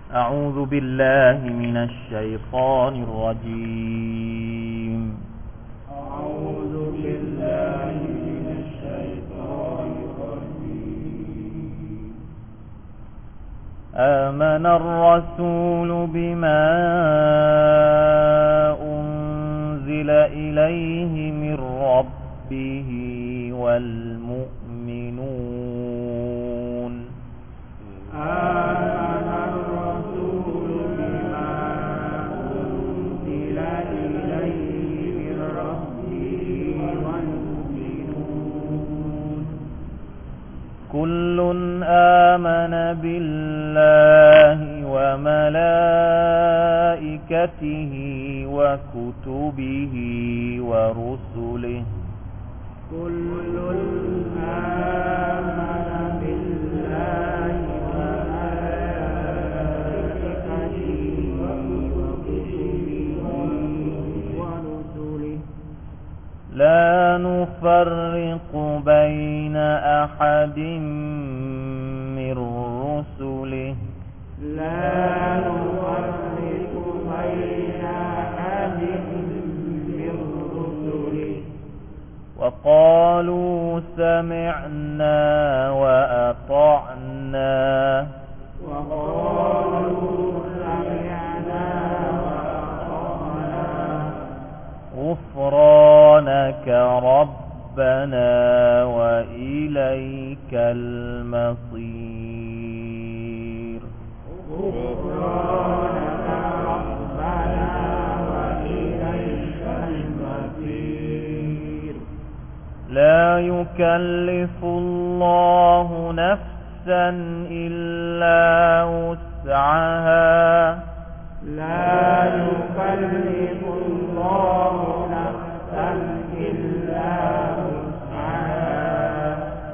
أعوذ بالله من الشيطان الرجيم أعوذ بالله من الشيطان الرجيم آمن الرسول بما أنزل إليه من ربه والمؤمنون آمن الرسول بما أنزل إليه من ربه والمؤمنون كل آمن بالله وملائكته وكتبه ورسله كل آمن بالله وملائكته وكتبه ورسله لا نفرق بين أحد من رسله لا نفرق بين أحد من رسله وقالوا سمعنا وأطعنا وقالوا سمعنا وأطعنا غفرانك ربنا وإليك المصير غفرانك ربنا وإليك المصير لا يكلف الله نفسا إلا وسعها لا يكلف الله نفسا إلا وسعها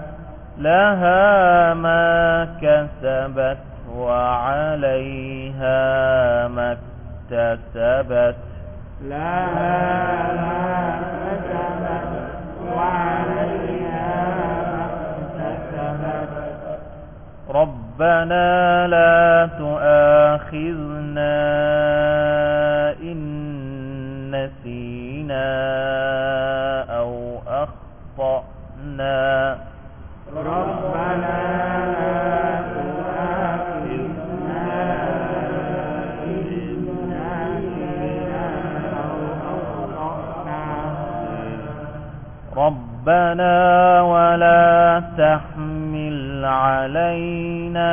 لها ما كسبت وعليها ما اكتسبت لها ما كسبت وعليها ما اكتسبت ربنا لا تؤاخذنا إن نسينا أو أخطأنا ربنا لا تؤاخذنا إن نسينا أو أخطأنا ربنا ولا تحمل علينا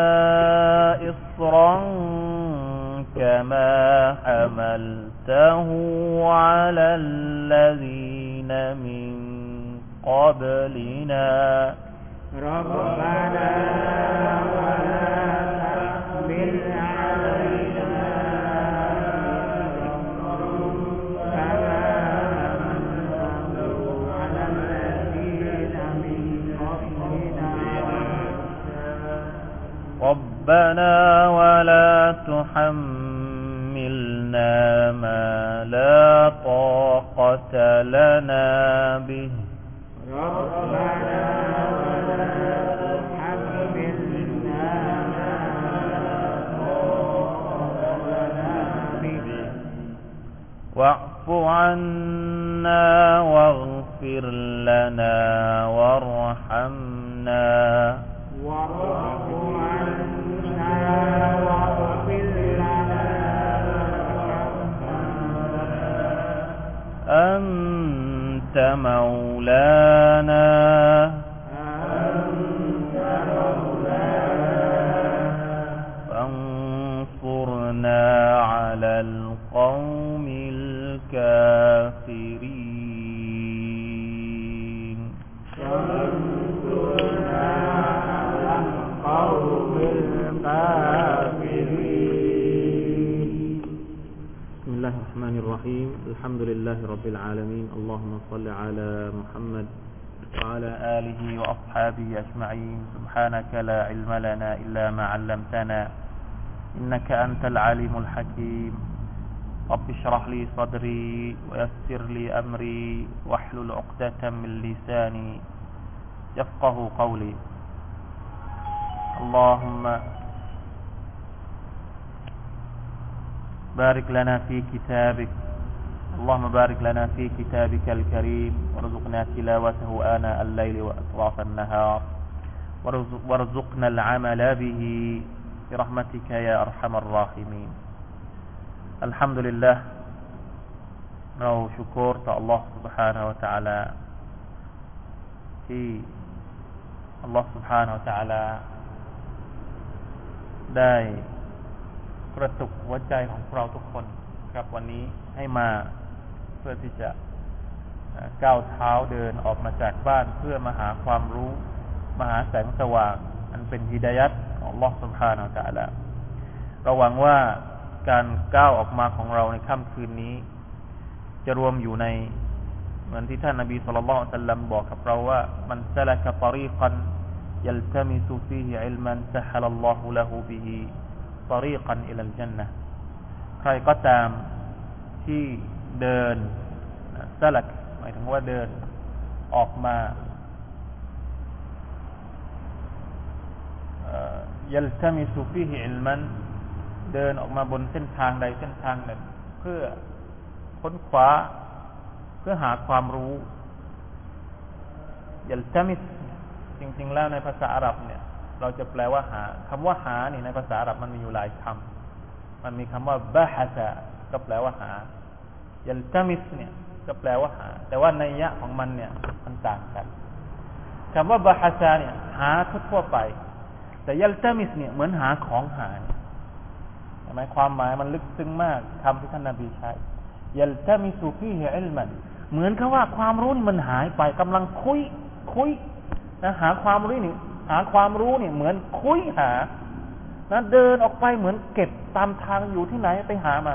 إصرا كما حملته على الذين من قبلنا ربنا ولا تحمل علينا كما حملته على الذين من قبلنا ربنا ولا تحملنا ما لا طاقة لنا به ربنا ولا تحملنا ما لا طاقة لنا به واعف عنا واغفر لنا وارحمنا واعف عنا واغفر لنا وارحمنا أنت مولانا فانصرنا على القوم الكافرين فانصرنا على القوم الكافرين بسم الله الرحمن الرحيم الحمد لله رب العالمين اللهم صل على محمد وعلى آله وأصحابه أجمعين سبحانك لا علم لنا إلا ما علمتنا إنك أنت العليم الحكيم رب اشرح لي صدري ويسر لي أمري واحلل عقدة من لساني يفقه قولي اللهم بارك لنا في كتابك اللهم بارك لنا في كتابك الكريم وارزقنا تلاوته آناء الليل وأطراف النهار وارزقنا العمل به برحمتك يا أرحم الراحمين الحمد لله เราชุกรต่อ Allah سبحانه และ تعالى ที่ Allah سبحانه และ تعالى ได้กระตุกหัวใจของเราทุกคนครับวันนี้ให้มาเพื่อที่จะก้าวเท้าเดินออกมาจากบ้านเพื่อมาหาความรู้มาหาแสงสว่างอันเป็นฮิดายัตของ Allah سبحانه และ تعالى เราหวังว่าการก้าวออกมาของเราในค่ำคืนนี้จะรวมอยู่ในเหมือนที่ท่านนบีศ็อลลัลลอฮุอะลัยฮิวะซัลลัมบอกกับเราว่ามันซะละกะฏอรีกันยัลตะมิซุฟีฮิอิลมันซะฮะลัลลอฮุละฮูบิฮิฏอรีกันอิลัลญันนะห์ใครก็ตามที่เดินซะลักหมายถึงว่าเดินออกมายัลตะมิซุฟีฮิอิลมันเดินออกมาบนเส้นทางใดเส้นทางหนึ่งเพื่อค้นคว้าเพื่อหาความรู้ยัลตะมิสจริงๆแล้วในภาษาอาหรับเนี่ยเราจะแปลว่าหาคำว่าหานี่ในภาษาอาหรับมันมีอยู่หลายคำมันมีคำว่าบะฮะซะก็แปลว่าหายัลตะมิสเนี่ยก็แปลว่าหาแต่ว่านัยยะของมันเนี่ยมันต่างกันคำว่าบะฮะซะเนี่ยหาทั่วไปแต่ยัลตะมิสเนี่ยเหมือนหาของหายใช่ไหมความหมายมันลึกซึ้งมากคำที่ท่านนบีใช้ยัลตะมิซุฟีฮิอิลมันเหมือนกับว่าความรู้มันหายไปกำลังคุยนะหาความรู้นี่หาความรู้เนี่ยเหมือนคุยหานะเดินออกไปเหมือนเก็บตามทางอยู่ที่ไหนไปหามา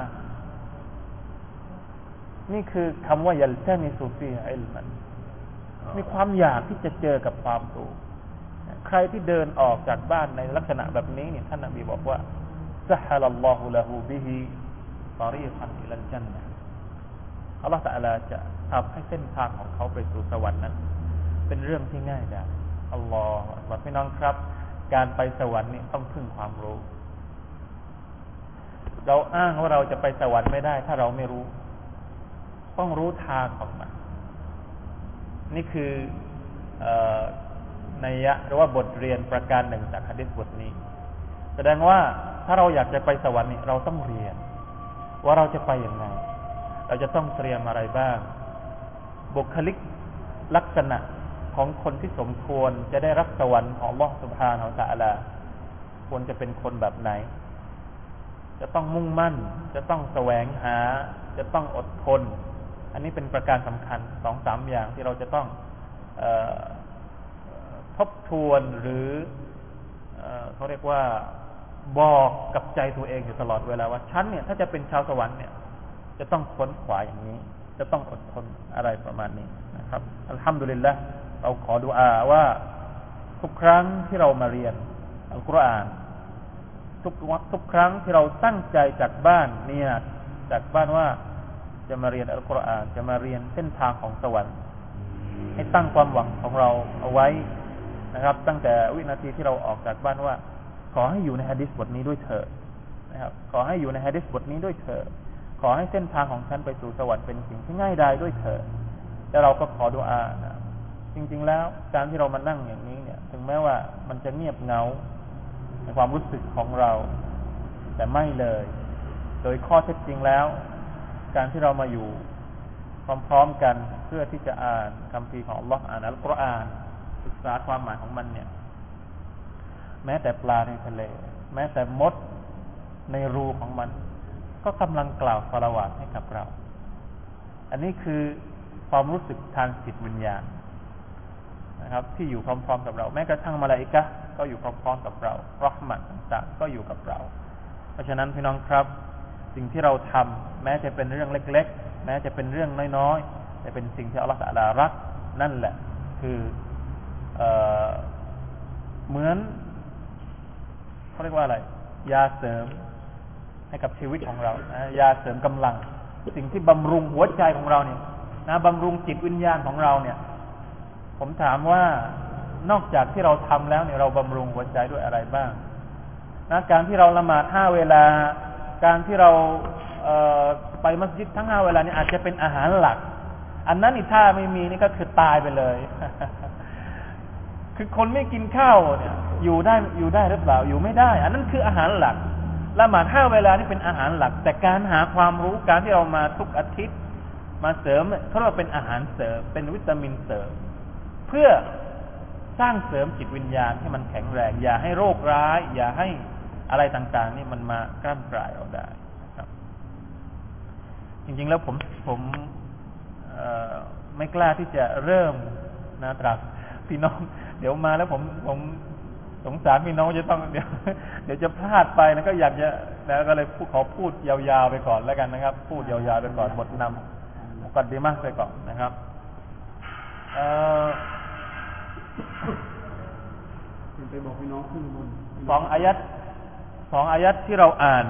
นี่คือคำว่ายัลตะมิซุฟีฮิอิลมันมีความอยากที่จะเจอกับความรู้ใครที่เดินออกจากบ้านในลักษณะแบบนี้เนี่ยท่านนบีบอกว่าซะฮะลัลลอฮุละฮูบิฮิฏอรีกันอิลัลญันนะห์อัลเลาะห์ตะอาลาจะทำให้เส้นทางของเขาไปสู่สวรรค์นั้นเป็นเรื่องที่ง่ายดายอัลลอฮฺอักบัรพี่น้องครับการไปสวรรค์นี่ต้องพึ่งความรู้เราอ้างว่าเราจะไปสวรรค์ไม่ได้ถ้าเราไม่รู้ต้องรู้ทางของมันนี่คือนัยยะหรือว่าบทเรียนประการหนึ่งจากหะดีษบทนี้แสดงว่าถ้าเราอยากจะไปสวรรค์นี่เราต้องเรียนว่าเราจะไปอย่างไรเราจะต้องเตรียมอะไรบ้างบุคลิกลักษณะของคนที่สมควรจะได้รับสวรรค์ของอัลเลาะห์ซุบฮานะฮูวะตะอาลาควรจะเป็นคนแบบไหนจะต้องมุ่งมั่นจะต้องแสวงหาจะต้องอดทนอันนี้เป็นประการสำคัญ 2-3 อย่างที่เราจะต้องทบทวนหรือเขาเรียกว่าบอกกับใจตัวเองอยู่ตลอดเวลาว่าฉันเนี่ยถ้าจะเป็นชาวสวรรค์เนี่ยจะต้องค้นขวาอย่างนี้จะต้องอดทนอะไรประมาณนี้นะครับอัลฮัมดุลิลละห์เราขอดุอาว่าทุกครั้งที่เรามาเรียนอัลกุรอานทุกครั้งที่เราตั้งใจจากบ้านเนี่ยจากบ้านว่าจะมาเรียนอัลกุรอานจะมาเรียนเส้นทางของสวรรค์ให้ตั้งความหวังของเราเอาไว้นะครับตั้งแต่วินาทีที่เราออกจากบ้านว่าขอให้อยู่ในหะดีษบทนี้ด้วยเถิดนะครับขอให้อยู่ในหะดีษบทนี้ด้วยเถิดขอให้เส้นทางของฉันไปสู่สวรรค์เป็นสิ่งที่ง่ายดายด้วยเถิดแต่เราก็ขอดุอานะจริงๆแล้วการที่เรามานั่งอย่างนี้เนี่ยถึงแม้ว่ามันจะเงียบเหงาในความรู้สึกของเราแต่ไม่เลยโดยข้อเท็จจริงแล้วการที่เรามาอยู่พร้อมๆกันเพื่อที่จะอ่านคัมภีร์ของอัลเลาะห์อ่านอัลกุรอานศึกษาความหมายของมันเนี่ยแม้แต่ปลาในทะเลแม้แต่มดในรูของมันก็กำลังกล่าวศอลาวาตให้กับเราอันนี้คือความรู้สึกทางจิตวิญญาณนะครับที่อยู่พร้อมๆกับเราแม้กระทั่งมลาอิกะฮ์ก็อยู่พร้อมๆกับเราเราะห์มัตต่างๆก็อยู่กับเราเพราะฉะนั้นพี่น้องครับสิ่งที่เราทำแม้จะเป็นเรื่องเล็กๆแม้จะเป็นเรื่องน้อยๆแต่เป็นสิ่งที่อัลเลาะห์ตะอาลารักนั่นแหละคือเหมือนเขาเรียกว่าอะไรยาเสริมให้กับชีวิตของเรายาเสริมกำลังสิ่งที่บำรุงหัวใจของเราเนี่ยนะบำรุงจิตวิญญาณของเราเนี่ยผมถามว่านอกจากที่เราทำแล้วเนี่ยเราบำรุงหัวใจด้วยอะไรบ้างนะการที่เราละหมาด5 เวลาการที่เราไปมัสยิดทั้ง5เวลานี่อาจจะเป็นอาหารหลักอันนั้นนี่ถ้าไม่มีนี่ก็คือตายไปเลย คือคนไม่กินข้าวเนี่ยอยู่ได้หรือเปล่าอยู่ไม่ได้อันนั้นคืออาหารหลักละหมาด5เวลานี่เป็นอาหารหลักแต่การหาความรู้การที่เรามาทุกอาทิตย์มาเสริมเขาเรียกว่าเป็นอาหารเสริมเป็นวิตามินเสริมเพื่อสร้างเสริมจิตวิญญาณให้มันแข็งแรงอย่าให้โรคร้ายอย่าให้อะไรต่างๆนี่มันมากลั่นกลายเราได้ครับจริงๆแล้วผมไม่กล้าที่จะเริ่มนะตรัสพี่น้องเดี๋ยวมาแล้วผมสงสารพี่น้องจะต้องเดี๋ยวจะพลาดไปนะก็อยากจะนะก็เลยขอพูดยาวๆไปก่อนแล้วกันนะครับพูดยาวๆไปก่อนบทนำมุกัดดิมะห์ไปก่อนนะครับไปบอกพี่น้องขึ้นบนสองอายัดที่เราอ่าน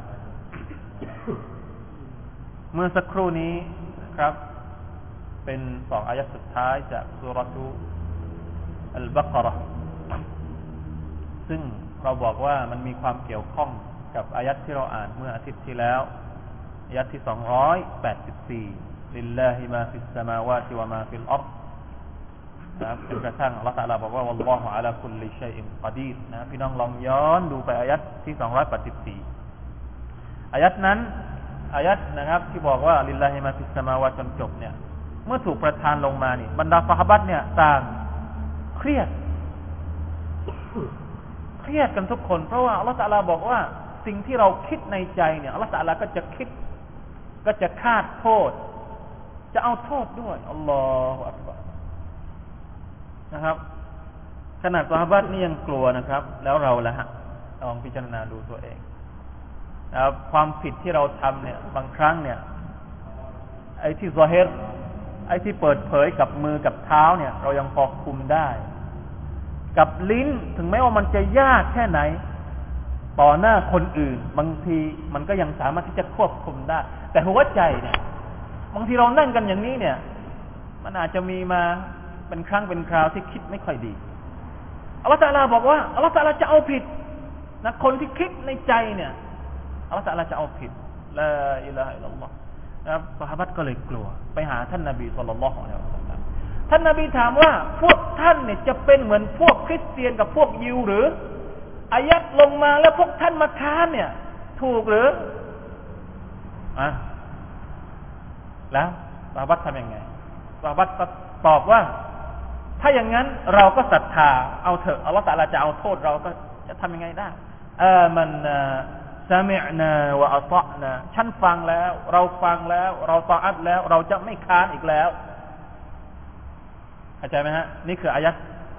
เมื่อสักครู่นี้ครับเป็น2อายัดสุดท้ายจากซูเราะห์อัลบะเกาะเราะห์ซึ่งเราบอกว่ามันมีความเกี่ยวข้องกับอายัดที่เราอ่านเมื่ออาทิตย์ที่แล้วอายัดที่284ลิลลาฮิมาฟิสสมาวาติวะมาฟิลอัรฎนะจนกระทั่งอัลเลาะห์ตะอาลาบอกว่าวัลลอฮุอะลาคุลลิชัยอินกอดีรนะพี่น้องลองย้อนดูไปอายัดที่284อายัดนั้นอายัดนะครับที่บอกว่าลิลลาฮิมาฟิสสมาวาติจนจบเนี่ยเมื่อถูกประทานลงมานี่บรรดาซอฮาบะห์เนี่ยต่างเครียดกันทุกคนเพราะว่าอัลเลาะห์ตะอาลาบอกว่าสิ่งที่เราคิดในใจเนี่ยอัลเลาะห์ตะอาลาก็จะคิดก็จะคาดโทษจะเอาโทษด้วยอัลลอฮฺอักบัรนะครับขนาดซอฮาบะห์นี่ยังกลัวนะครับแล้วเราล่ะฮะลองพิจารณาดูตัวเองนะครับความผิดที่เราทำเนี่ยบางครั้งเนี่ยไอ้ที่ซอฮิรไอ้ที่เปิดเผยกับมือกับเท้าเนี่ยเรายังพอคุมได้กับลิ้นถึงแม้ว่ามันจะยากแค่ไหนต่อหน้าคนอื่นบางทีมันก็ยังสามารถที่จะควบคุมได้แต่หัวใจเนี่ยบางทีเรานั่งกันอย่างนี้เนี่ยมันอาจจะมีมาเป็นครั้งเป็นคราวที่คิดไม่ค่อยดีอัลเลาะห์ตะอาลาบอกว่าอัลเลาะห์ตะอาลาจะเอาผิดนะคนที่คิดในใจเนี่ยอัลเลาะห์ตะอาลาจะเอาผิดลาอิลาฮะอิลลัลลอฮนะครับซอฮาบะห์ก็เลยกลัวไปหาท่านนบีศ็อลลัลลอฮุอะลัยฮิวะซัลลัมท่านนบีถามว่าพวกท่านเนี่ยจะเป็นเหมือนพวกคริสเตียนกับพวกยิวหรืออายัดลงมาแล้วพวกท่านมาค้านเนี่ยถูกหรือแล้วซอฮาบะห์ทำยังไงซอฮาบะห์ตอบว่าถ้าอย่างนั้นเราก็ศรัทธาเอาเถอะอัลเลาะห์ตะอาลาจะเอาโทษเราก็จะทำยังไงได้มันซะมิอ์นาวะอะฏอนาฉันฟังแล้วเราฟังแล้วเราตออัตแล้วเราจะไม่ค้านอีกแล้วเข้าใจไหมฮะนี่คืออายัด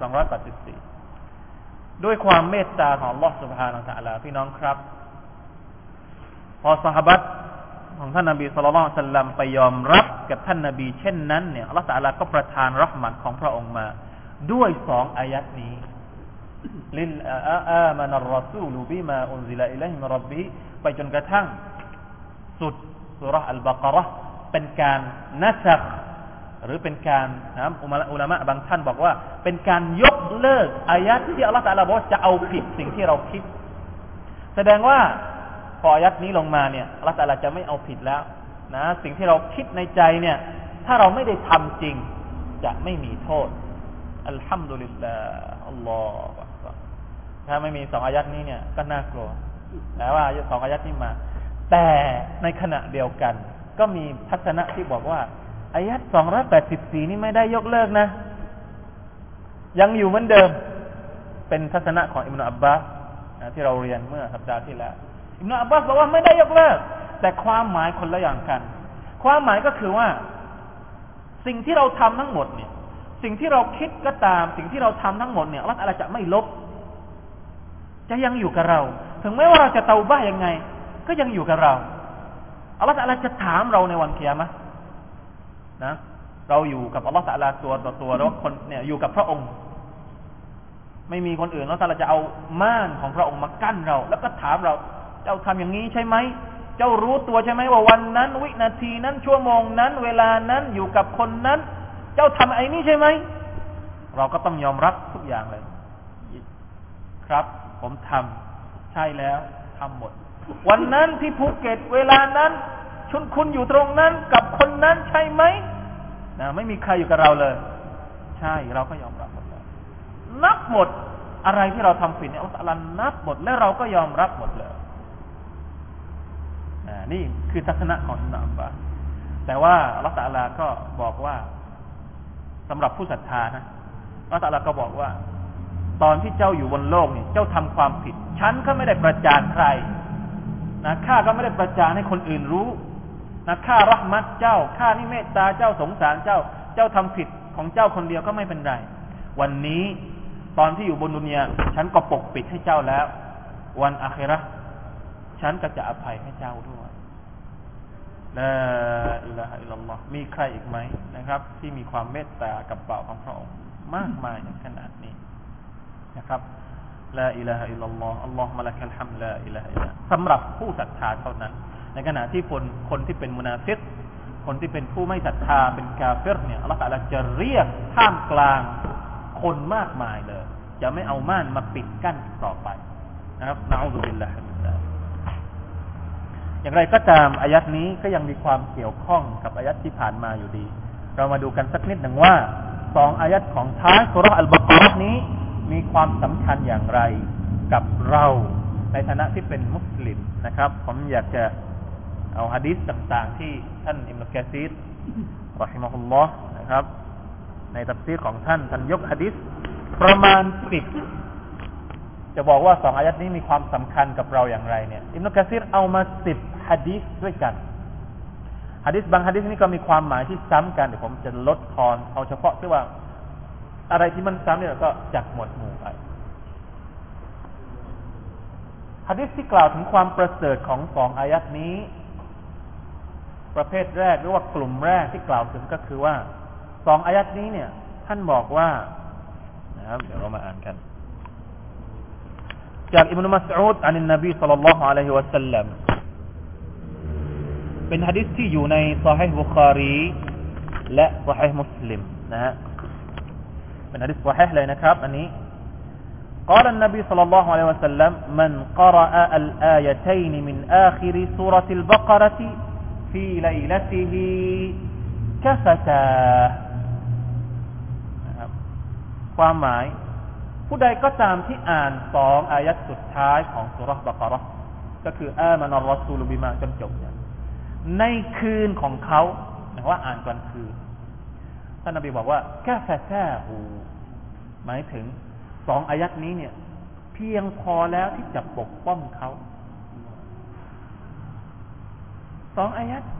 284ด้วยความเมตตาของอัลเลาะห์ซุบฮานะฮูวะตะอาลาพี่น้องครับพอซอฮาบะห์ของท่านนบีศ็อลลัลลอฮุอะลัยฮิวะซัลลัมไปยอมรับกับท่านนบีเช่นนั้นเนี่ยอัลเลาะห์ตะอาลาก็ประทานเราะห์มัตของพระองค์มาด้วย2อายัดนี้ลิลอามานัรรอซูลบิมาอุนซิลาอิลัยฮิมิร็อบบิฮิไปจนกระทั่งสุดซูเราะห์อัลบะเกาะเราะห์เป็นการนะซักหรือเป็นการอุลามะบางท่านบอกว่าเป็นการยกเลิกอายัดที่อัลเลาะห์ตะอาลาบอกจะเอาผิดสิ่งที่เราคิดแสดงว่าพออายัดนี้ลงมาเนี่ยอัลเลาะห์ตะอาลาจะไม่เอาผิดแล้วนะสิ่งที่เราคิดในใจเนี่ยถ้าเราไม่ได้ทำจริงจะไม่มีโทษอัลฮัมดุลิลลาห์อัลลอฮฺถ้าไม่มี2อายัดนี้เนี่ยก็น่ากลัวแต่ว่า2อายัดนี้มาแต่ในขณะเดียวกันก็มีทัศนะที่บอกว่าอายัด284นี่ไม่ได้ยกเลิกนะยังอยู่เหมือนเดิมเป็นทัศนะของอิบนุอับบาสที่เราเรียนเมื่อสัปดาห์ที่แล้วอิบนุอับบาสบอกว่าไม่ได้ยกเลิกแต่ความหมายคนละอย่างกันความหมายก็คือว่าสิ่งที่เราทำทั้งหมดเนี่ยสิ่งที่เราคิดก็ตามสิ่งที่เราทำทั้งหมดเนี่ยอัลเลาะห์ตะอาลาจะไม่ลบจะยังอยู่กับเราถึงแม้ว่าเราจะเตาบะห์ยังไงก็ยังอยู่กับเราอัลเลาะห์ตะอาลาจะถามเราในวันกิยามะห์นะเราอยู่กับอัลเลาะห์ตะอาลาตัวต่อตัวแล้วคนเนี่ยอยู่กับพระองค์ไม่มีคนอื่นแล้วตะอาลาจะเอาม่านของพระองค์มากั้นเราแล้วก็ถามเราเจ้าทำอย่างนี้ใช่ไหมเจ้ารู้ตัวใช่ไหมว่าวันนั้นวินาทีนั้นชั่วโมงนั้นเวลานั้นอยู่กับคนนั้นเจ้าทำไอ้นี่ใช่ไหมเราก็ต้องยอมรับทุกอย่างเลยครับผมทำใช่แล้วทำหมดวันนั้นที่ภูเก็ตเวลานั้นคุณอยู่ตรงนั้นกับคนนั้นใช่ไหมไม่มีใครอยู่กับเราเลยใช่เราก็ยอมรับหมดเลยนับหมดอะไรที่เราทำผิดเนี่ยอัลลอฮฺตะอาลานับหมดและเราก็ยอมรับหมดเลยนี่คือทัศนะของอิบนุอับบาสแต่ว่าอัลลอฮฺตะอาลาก็บอกว่าสำหรับผู้ศรัทธานะอัลลอฮฺตะอาลาก็บอกว่าตอนที่เจ้าอยู่บนโลกนี่เจ้าทำความผิดฉันก็ไม่ได้ประจานใครนะข้าก็ไม่ได้ประจานให้คนอื่นรู้นะข้าเราะห์มัตเจ้าข้านี่เมตตาเจ้าสงสารเจ้าทำผิดของเจ้าคนเดียวก็ไม่เป็นไรวันนี้ตอนที่อยู่บนดุนยาฉันก็ปกปิดให้เจ้าแล้ววันอาคิเราะห์ฉันก็จะอภัยให้เจ้าด้วยลาอิลาฮะอิลลัลลอฮ์มีใครอีกไหมนะครับที่มีความเมตตากับบ่าวของพระองค์มากมายในขนาดนี้นะครับลาอิลาฮะอิลลัลลอฮ์อัลลอฮุมะลักัลฮัมดุลาอิลาฮะอิลลัลลอฮ์สำหรับผู้ศรัทธาเท่านั้นในขณะที่คนที่เป็นมุนาฟิกคนที่เป็นผู้ไม่ศรัทธาเป็นกาเฟรเนี่ยอัลเลาะห์ตะอาลาจะเรียกท่ามกลางคนมากมายเลยจะไม่เอาม่านมาปิดกั้นต่อไปนะครับนะอูซุบิลลาฮิมินซาลิกอย่างไรก็ตามอายัดนี้ก็ยังมีความเกี่ยวข้องกับอายัดที่ผ่านมาอยู่ดีเรามาดูกันสักนิดหนึ่งว่า2อายัดของท้ายซูเราะห์อัลบะเกาะฮ์นี้มีความสำคัญอย่างไรกับเราในฐานะที่เป็นมุสลิมนะครับผมอยากจะเอาหะดีษต่างๆที่ท่านอิบนุกะซีรเราะฮิมะฮุลลอฮ์นะครับในตัฟซีรของท่านยกหะดีษประมาณ10จะบอกว่า2อายัดนี้มีความสำคัญกับเราอย่างไรเนี่ยอิบนุกะซีรเอามา10หะดีษด้วยกันหะดีษบางหะดีษนี้ก็มีความหมายที่ซ้ำกันเดี๋ยวผมจะลดทอนเอาเฉพาะที่ว่าอะไรที่มันซ้ำเนี่ยก็จัดหมวดหมู่ไปหะดีษที่กล่าวถึงความประเสริฐของ2อายัดนี้ประเภทแรกหรือว่ากลุ่มแรกที่กล่าวถึงก็คือว่า2อายัดนี้เนี่ยท่านบอกว่านะครับเดี๋ยวเรามาอ่านกันจากอิบนุมัสอูดอันนบีศ็อลลัลลอฮุอะลัยฮิวะซัลลัมเป็นหะดีษที่อยู่ในซอฮีฮ์บุคอรีและซอฮีฮ์มุสลิมนะฮะเป็นหะดีษซอฮีฮ์เลยนะครับอันนี้قال النبي صلى الله عليه وسلم من قرأ الآيتين من آخر سورة البقرة في ليلته كفتاه ความหมายผู้ใดก็ตามที่อ่าน2อายัดสุดท้ายของซูเราะห์บะเกาะฮ์ก็คืออามานัรรอซูลุบิมาจนจบเนี่ยในคืนของเขาหมายว่าอ่านกลางคืนท่านนบีบอกว่ากะฟะตาฮูหมายถึง2อายัดนี้เนี่ยเพียงพอแล้วที่จะปกป้องเขา2อายัด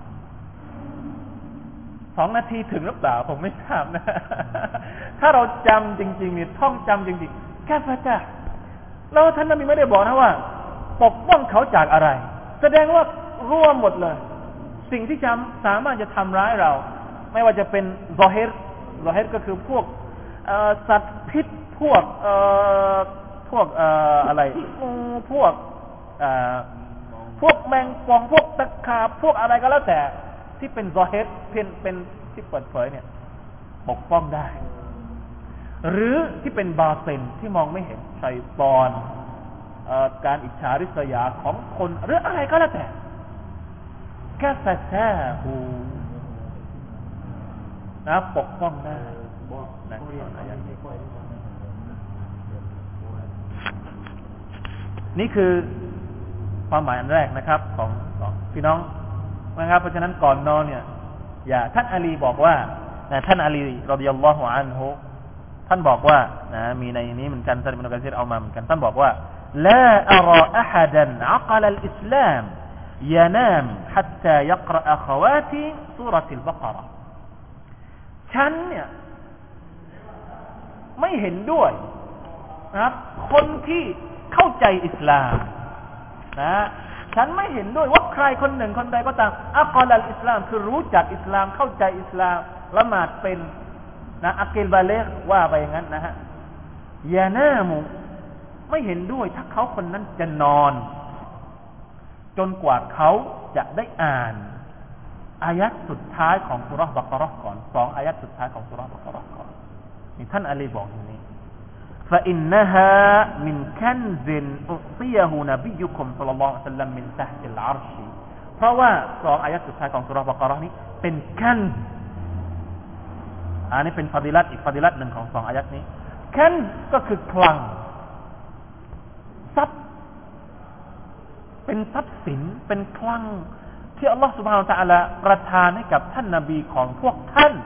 2นาทีถึงหรือเปล่าผมไม่ทราบนะถ้าเราจำจริงๆเนี่ยท่องจำจริงๆแค่พระเจ้าแล้วท่านนบีไม่ได้บอกนะว่าปกป้องเขาจากอะไรแสดงว่าร่วมหมดเลยสิ่งที่จำสามารถจะทำร้ายเราไม่ว่าจะเป็นซอฮิรก็คือพวกสัตว์พิษพวกอะไรพวกแมงป่องพวกตะขาบพวกอะไรก็แล้วแต่ที่เป็นซอฮิรเป็นที่เปิดเผยเนี่ยปกป้องได้หรือที่เป็นบาตินที่มองไม่เห็นชัยฏอนการอิจฉาริษยาของคนหรืออะไรก็แล้วแต่กะฟะตาฮูนะปกป้องได้นะนี่คือความหมายอันแรกนะครับของพี่น้องนะครับเพราะฉะนั้นก่อนนอนเนี่ยท่านอาลีบอกว่าท่านอาลีรอฎิยัลลอฮุอันฮุท่านบอกว่ามีในนี้เหมือนกันท่านอิบนุกะซีรเอามาเหมือนกันท่านบอกว่าลาอะราอะฮัดันอะกะลัลอิสลามยะนามฮัตตายะกรออะคาวาติซูเราะตุลบะเกาะเราะห์ฉันเนี่ยไม่เห็นด้วยนะครับคนที่เข้าใจอิสลามนะฉันไม่เห็นด้วยว่าใครคนหนึ่งคนใดก็ตามอักลัลอิสลามคือรู้จักอิสลามเข้าใจอิสลามละหมาดเป็นนะอักิลบาเลกว่าไปอย่างนั้นนะฮะยานามุไม่เห็นด้วยถ้าเขาคนนั้นจะนอนจนกว่าเขาจะได้อ่านอายัดสุดท้ายของซูเราะห์บะเกาะเราะห์ก่อน2อายัดสุดท้ายของซูเราะห์บะเกาะเราะห์ก่อนนี่ท่านอาลีบอกอย่างนี้ فإنها من كنز أعطيه نبيكم صلى الله عليه وسلم من تحت العرش เพราะว่าสองอายะห์สุดท้ายของซูเราะห์บะเกาะเราะห์นี้เป็นคันซ์อันนี้เป็นฟาดิลัตอีกฟาดิลัตหนึ่งของสองอายะห์นี้คันซ์ก็คือคลังทรัพย์เป็นทรัพย์สินเป็นคลังที่อัลลอฮฺซุบฮานะฮูวะตะอาลาประทานให้กับท่านนบีของพวกท่าน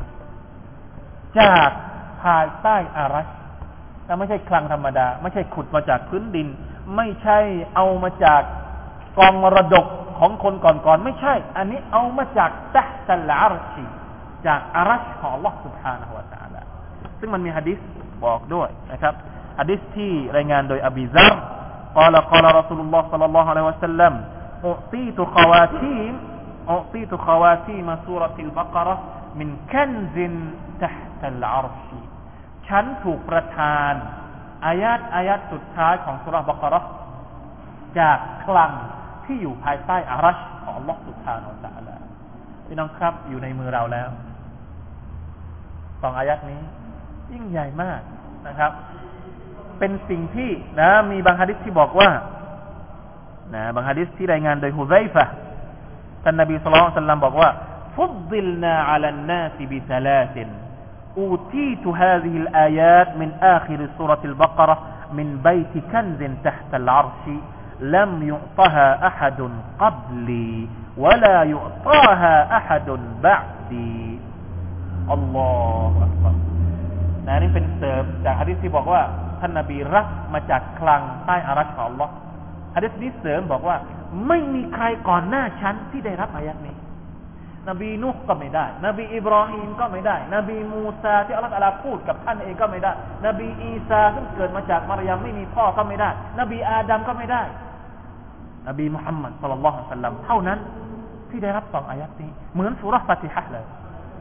จากภายใต้อารัชแต่ไม่ใช่คลังธรรมดาไม่ใช่ขุดมาจากพื้นดินไม่ใช่เอามาจากกองมรดกของคนก่อนๆไม่ใช่อันนี้เอามาจากตะห์ตัลอาร์ชีจากอารัชของอัลลอฮฺซุบฮานะฮูวะตะอาลาซึ่งมันมีหะดีษบอกด้วยนะครับหะดีษที่รายงานโดยอบีซัรقال قال رسول الله صلى الله عليه وسلم أعطيت خواتيم سورة البقرة من كنز تحت العرش ฉันถูกประทานอายะห์สุดท้ายของซูเราะห์บะเกาะเราะห์จากคลังที่อยู่ภายใต้อารัชของอัลเลาะห์ซุบฮานะฮูวะตะอาลาพี่น้องครับอยู่ในมือเราแล้วสองอายะห์นี้ยิ่งใหญ่มากนะครับเป็นสิ่งที่นะมีบางหะดีษที่บอกว่านะบางหะดีษที่รายงานโดยฮุซัยฟะห์ท่านนบีศ็อลลัลลอฮุอะลัยฮิวะซัลลัมบอกว่าฟุฎฎิลนาอะลันนาสบิซะลาซินอูตีตุฮาซิฮิลอายาตมินอาคิรซูเราะติลบะเกาะเราะห์มินบัยติคันซินตะห์ตัลอัรชลัมยุอตฮาอะฮัดุนกับลีวะลายุอตฮาอะฮัดุนบะอ์ดีอัลลอฮุอักบัรนะนี่เป็นเสริมจากหะดีษที่บอกว่าท่านนบีรับมาจากคลังใต้อารัชของอัลเลาะห์หะดีษนี้เสริมบอกว่าไม่มีใครก่อนหน้าฉันที่ได้รับอายะห์นี้นบีนูฮ์ก็ไม่ได้นบีอิบราฮีมก็ไม่ได้นบีมูซาที่อัลเลาะห์ตะอาลาพูดกับท่านเองก็ไม่ได้นบีอีซาซึ่งเกิดมาจากมารยามไม่มีพ่อก็ไม่ได้นบีอาดัมก็ไม่ได้นบีมุฮัมมัดศ็อลลัลลอฮุอะลัยฮิวะซัลลัมเท่านั้นที่ได้รับสองอายะห์นี้เหมือนซูเราะห์ฟาติฮะห์เลย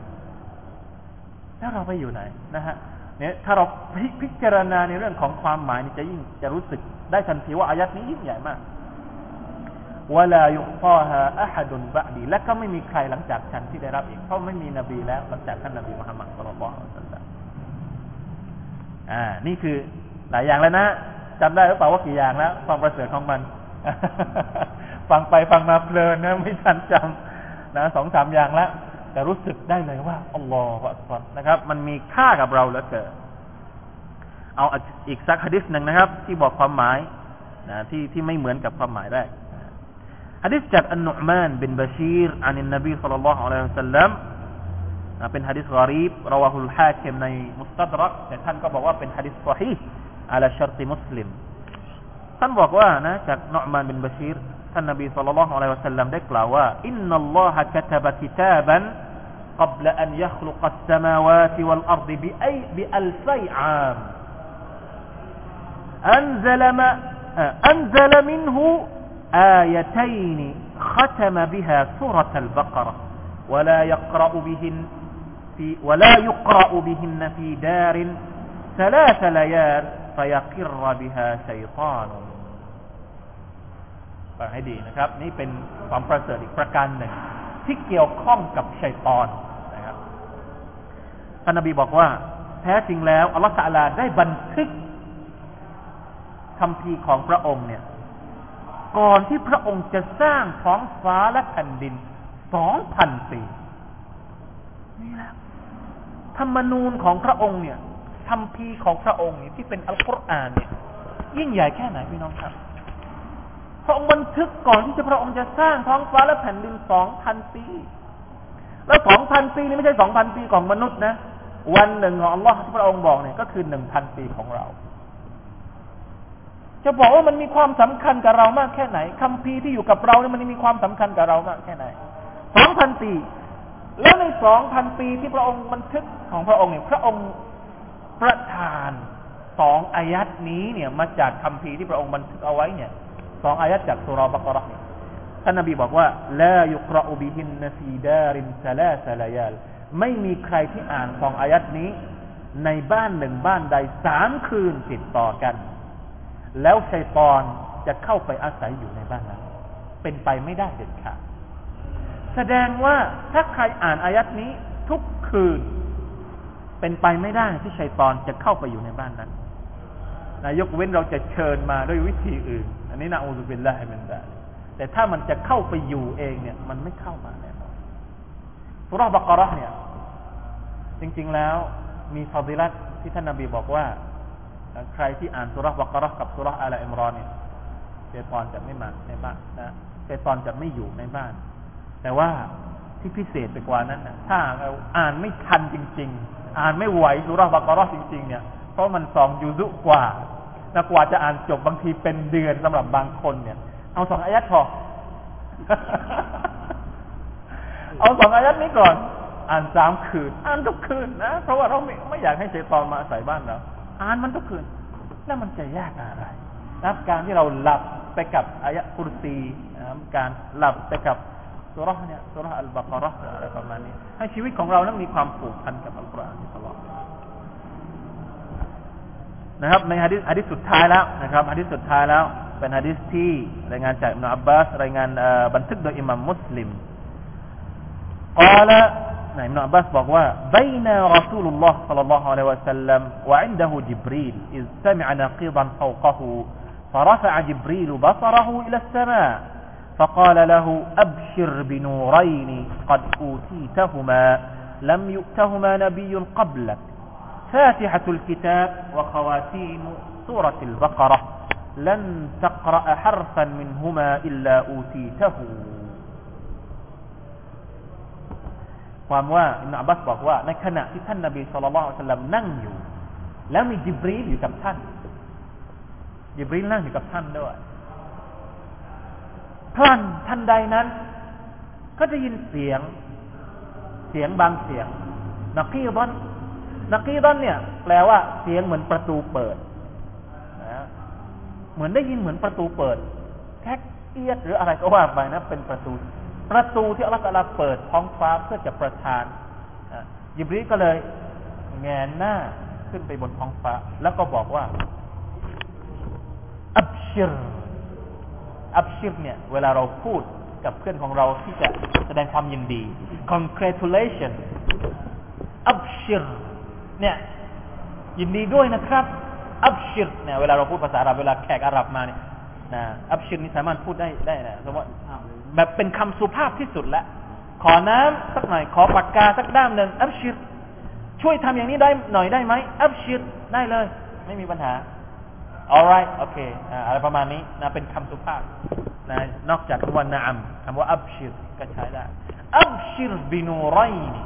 แล้วเราไปอยู่ไหนนะฮะเนี่ยถ้าเราพิจารณาในเรื่องของความหมายนี่จะรู้สึกได้ทันทีว่าอายะห์นี้ยิ่งใหญ่มากวะลายุตาฮาอะฮัดุนบะดีและก็ไม่มีใครหลังจากฉันที่ได้รับอีกเพราะไม่มีนบีแล้วหลังจากท่านนบีมุฮัมมัดศ็อลลัลลอฮุอะลัยฮิวะซัลลัมนี่คือหลายอย่างแล้วนะจำได้หรือเปล่าว่ากี่อย่างแล้วความประเสริฐของมัน ฟังไปฟังมาเพลินนะไม่ทันจำนะ 2-3 อย่างแล้วแต่รู้สึกได้เลยว่าอัลลอฮฺอักบัรนะครับมันมีค่ากับเราเหลือเกินเอาอีกสักหะดีษนึงนะครับที่บอกความหมายนะที่ไม่เหมือนกับความหมายแรกหะดีษจากอันนุอ์มานบินบะชีรอานินนบีศ็อลลัลลอฮุอะลัยฮิวะซัลลัมเป็นหะดีษกอรีบรอวะฮุลฮาคิมในมุสตัดรักแต่ท่านก็บอกว่าเป็นหะดีษศอฮีห์อะลาชัรติมุสลิมท่านบอกว่านะจากนุอ์มานบินบะชีรท่านนบีศ็อลลัลลอฮุอะลัยฮิวะซัลลัมได้กล่าวว่าอินนัลลอฮะกะตะบะกิตาบันقبل أن يخلق السماوات والأرض بألف عام أنزل منه آيتين ختم بها سورة البقرة ولا يقرأ بهن في دار 3 ليال فيقر بها شيطان ฟังให้ดีนะครับนี่เป็นความประเสริฐอีกประการหนึ่งที่เกี่ยวข้องกับชัยฏอนนะครับท่านนบีบอกว่าแท้จริงแล้วอัลเลาะห์ตะอาลาได้บันทึกคัมภีร์ของพระองค์เนี่ยก่อนที่พระองค์จะสร้างท้องฟ้าและแผ่นดิน 2,000 ปีนี่แหละธรรมนูญของพระองค์เนี่ยคัมภีร์ของพระองค์เนี่ยที่เป็นอัลกุรอานเนี่ยยิ่งใหญ่แค่ไหนพี่น้องครับพระองค์บันทึกก่อนที่พระองค์จะสร้างท้องฟ้าและแผ่นดิน 2,000 ปีแล้ว 2,000 ปีนี่ไม่ใช่ 2,000 ปีของมนุษย์นะวันหนึ่งของอัลเลาะห์ที่พระองค์บอกเนี่ยก็คือ 1,000 ปีของเราจะบอกว่ามันมีความสำคัญกับเรามากแค่ไหนคัมภีร์ที่อยู่กับเราเนี่ยมันมีความสำคัญกับเรามากแค่ไหน 2,000 ปีแล้วใน 2,000 ปีที่พระองค์บันทึกของพระองค์เนี่ยพระองค์ประทาน2อายัดนี้เนี่ยมาจากคัมภีร์ที่พระองค์บันทึกเอาไว้เนี่ย2อายัดจากซูเราะห์บะเกาะเราะห์ท่านนบีบอกว่าลายุกรอบิฮินนฟีดาริน3 ลายาลไม่มีใครที่อ่าน2อายัดนี้ในบ้านหนึ่งบ้านใด3 คืนติดต่อกันแล้วชัยฏอนจะเข้าไปอาศัยอยู่ในบ้านนั้นเป็นไปไม่ได้เด็ดขาดแสดงว่าถ้าใครอ่านอายัดนี้ทุกคืนเป็นไปไม่ได้ที่ชัยฏอนจะเข้าไปอยู่ในบ้านนั้นยกเว้นเราจะเชิญมาด้วยวิธีอื่นอันนี้นะอูซุบิลลาฮิมินซาลิกแต่ถ้ามันจะเข้าไปอยู่เองเนี่ยมันไม่เข้ามาแน่นอนซูเราะห์บะเกาะห์เนี่ยจริงๆแล้วมีฟาฎิละห์ที่ท่านนบีบอกว่าใครที่อ่านซูเราะห์บะเกาะห์กับซูเราะห์อาลอิมรอนเนี่ยชัยฏอนจะไม่มาในบ้านนะชัยฏอนจะไม่อยู่ในบ้านแต่ว่าที่พิเศษไปกว่านั้นนะถ้าเราอ่านไม่ทันจริงๆอ่านไม่ไหวซูเราะห์บะเกาะห์จริงๆเนี่ยเพราะมัน2 ยุซุกว่านะกว่าจะอ่านจบบางทีเป็นเดือนสำหรับบางคนเนี่ยเอา2 อายัดพอ เอา2 อายัดนี้ก่อนอ่าน3 คืนอ่านทุกคืนนะเพราะว่าเราไม่อยากให้ชัยฏอนมาอาศัยบ้านเราอ่านมันทุกคืนแล้วมันจะยากอะไรนะการที่เราหลับไปกับอายะกุรซีการหลับไปกับซูเราะห์เนี่ยซูเราะห์อัลบะเกาะห์อะไรประมาณนี้ให้ชีวิตของเรานั้นมีความผูกพันกับอัลกุรอานตลอดนะครับในหะดีษสุดท้ายแล้วนะครับหะดีษสุดท้ายแล้วเป็นหะดีษที่รายงานจากอิบนุอับบาสรายงานบันทึกโดยอิหม่ามมุสลิมกล่าวอิบนุอับบาสบอกว่าبين رسول الله صلى الله عليه وسلم وعنده جبريل إذ سمع نقيضا فوقه فرفع جبريل بصره إلى السماء فقال له أبشر بنورين قد أوتيتهما لم يؤتهما نبي قبلك فاتحة الكتاب وخواتيم سورة البقرة لن تقرأ حرفا منهما إلا أوتيته ความว่าอิบนุอับบาสบอกว่าในขณะที่ท่านนบีศ็อลลัลลอฮุอะลัยฮิวะซัลลัมนั่งอยู่แล้วมีญิบรีลอยู่กับท่านญิบรีลนั่งอยู่กับท่านด้วยพลันทันใดนั้นก็ได้ยินเสียงบางเสียงนักีดอนเนี่ยแปลว่าเสียงเหมือนประตูเปิดนะเหมือนได้ยินเหมือนประตูเปิดแท็กเอียดหรืออะไรก็ว่าไปนะเป็นประตูที่อัลเลาะห์ตะอาลาเปิดท้องฟ้าเพื่อจะประทานญิบรีลก็เลยแงนหน้าขึ้นไปบนท้องฟ้าแล้วก็บอกว่าอับชิรเนี่ยเวลาเราพูดกับเพื่อนของเราที่จะแสดงความยินดี congratulation อับชิรเนี่ยยินดีด้วยนะครับอับชิรเนี่ยเวลาเราพูดภาษาอาหรับเวลาแขกอาหรับมาเนี่ยนะอับชิรนี่สามารถพูดได้นะสมมติแบบเป็นคำสุภาพที่สุดแล้วขอน้ำสักหน่อยขอปากกาสักด้ามหนึ่งอับชิรช่วยทำอย่างนี้ได้หน่อยได้ไหมอับชิรได้เลยไม่มีปัญหา alright โอเคอะไรประมาณนี้นะเป็นคำสุภาพนะนอกจากคำว่านะอัมคำว่าอับชิรก็ใช้ได้อับชิรบินูรัยน์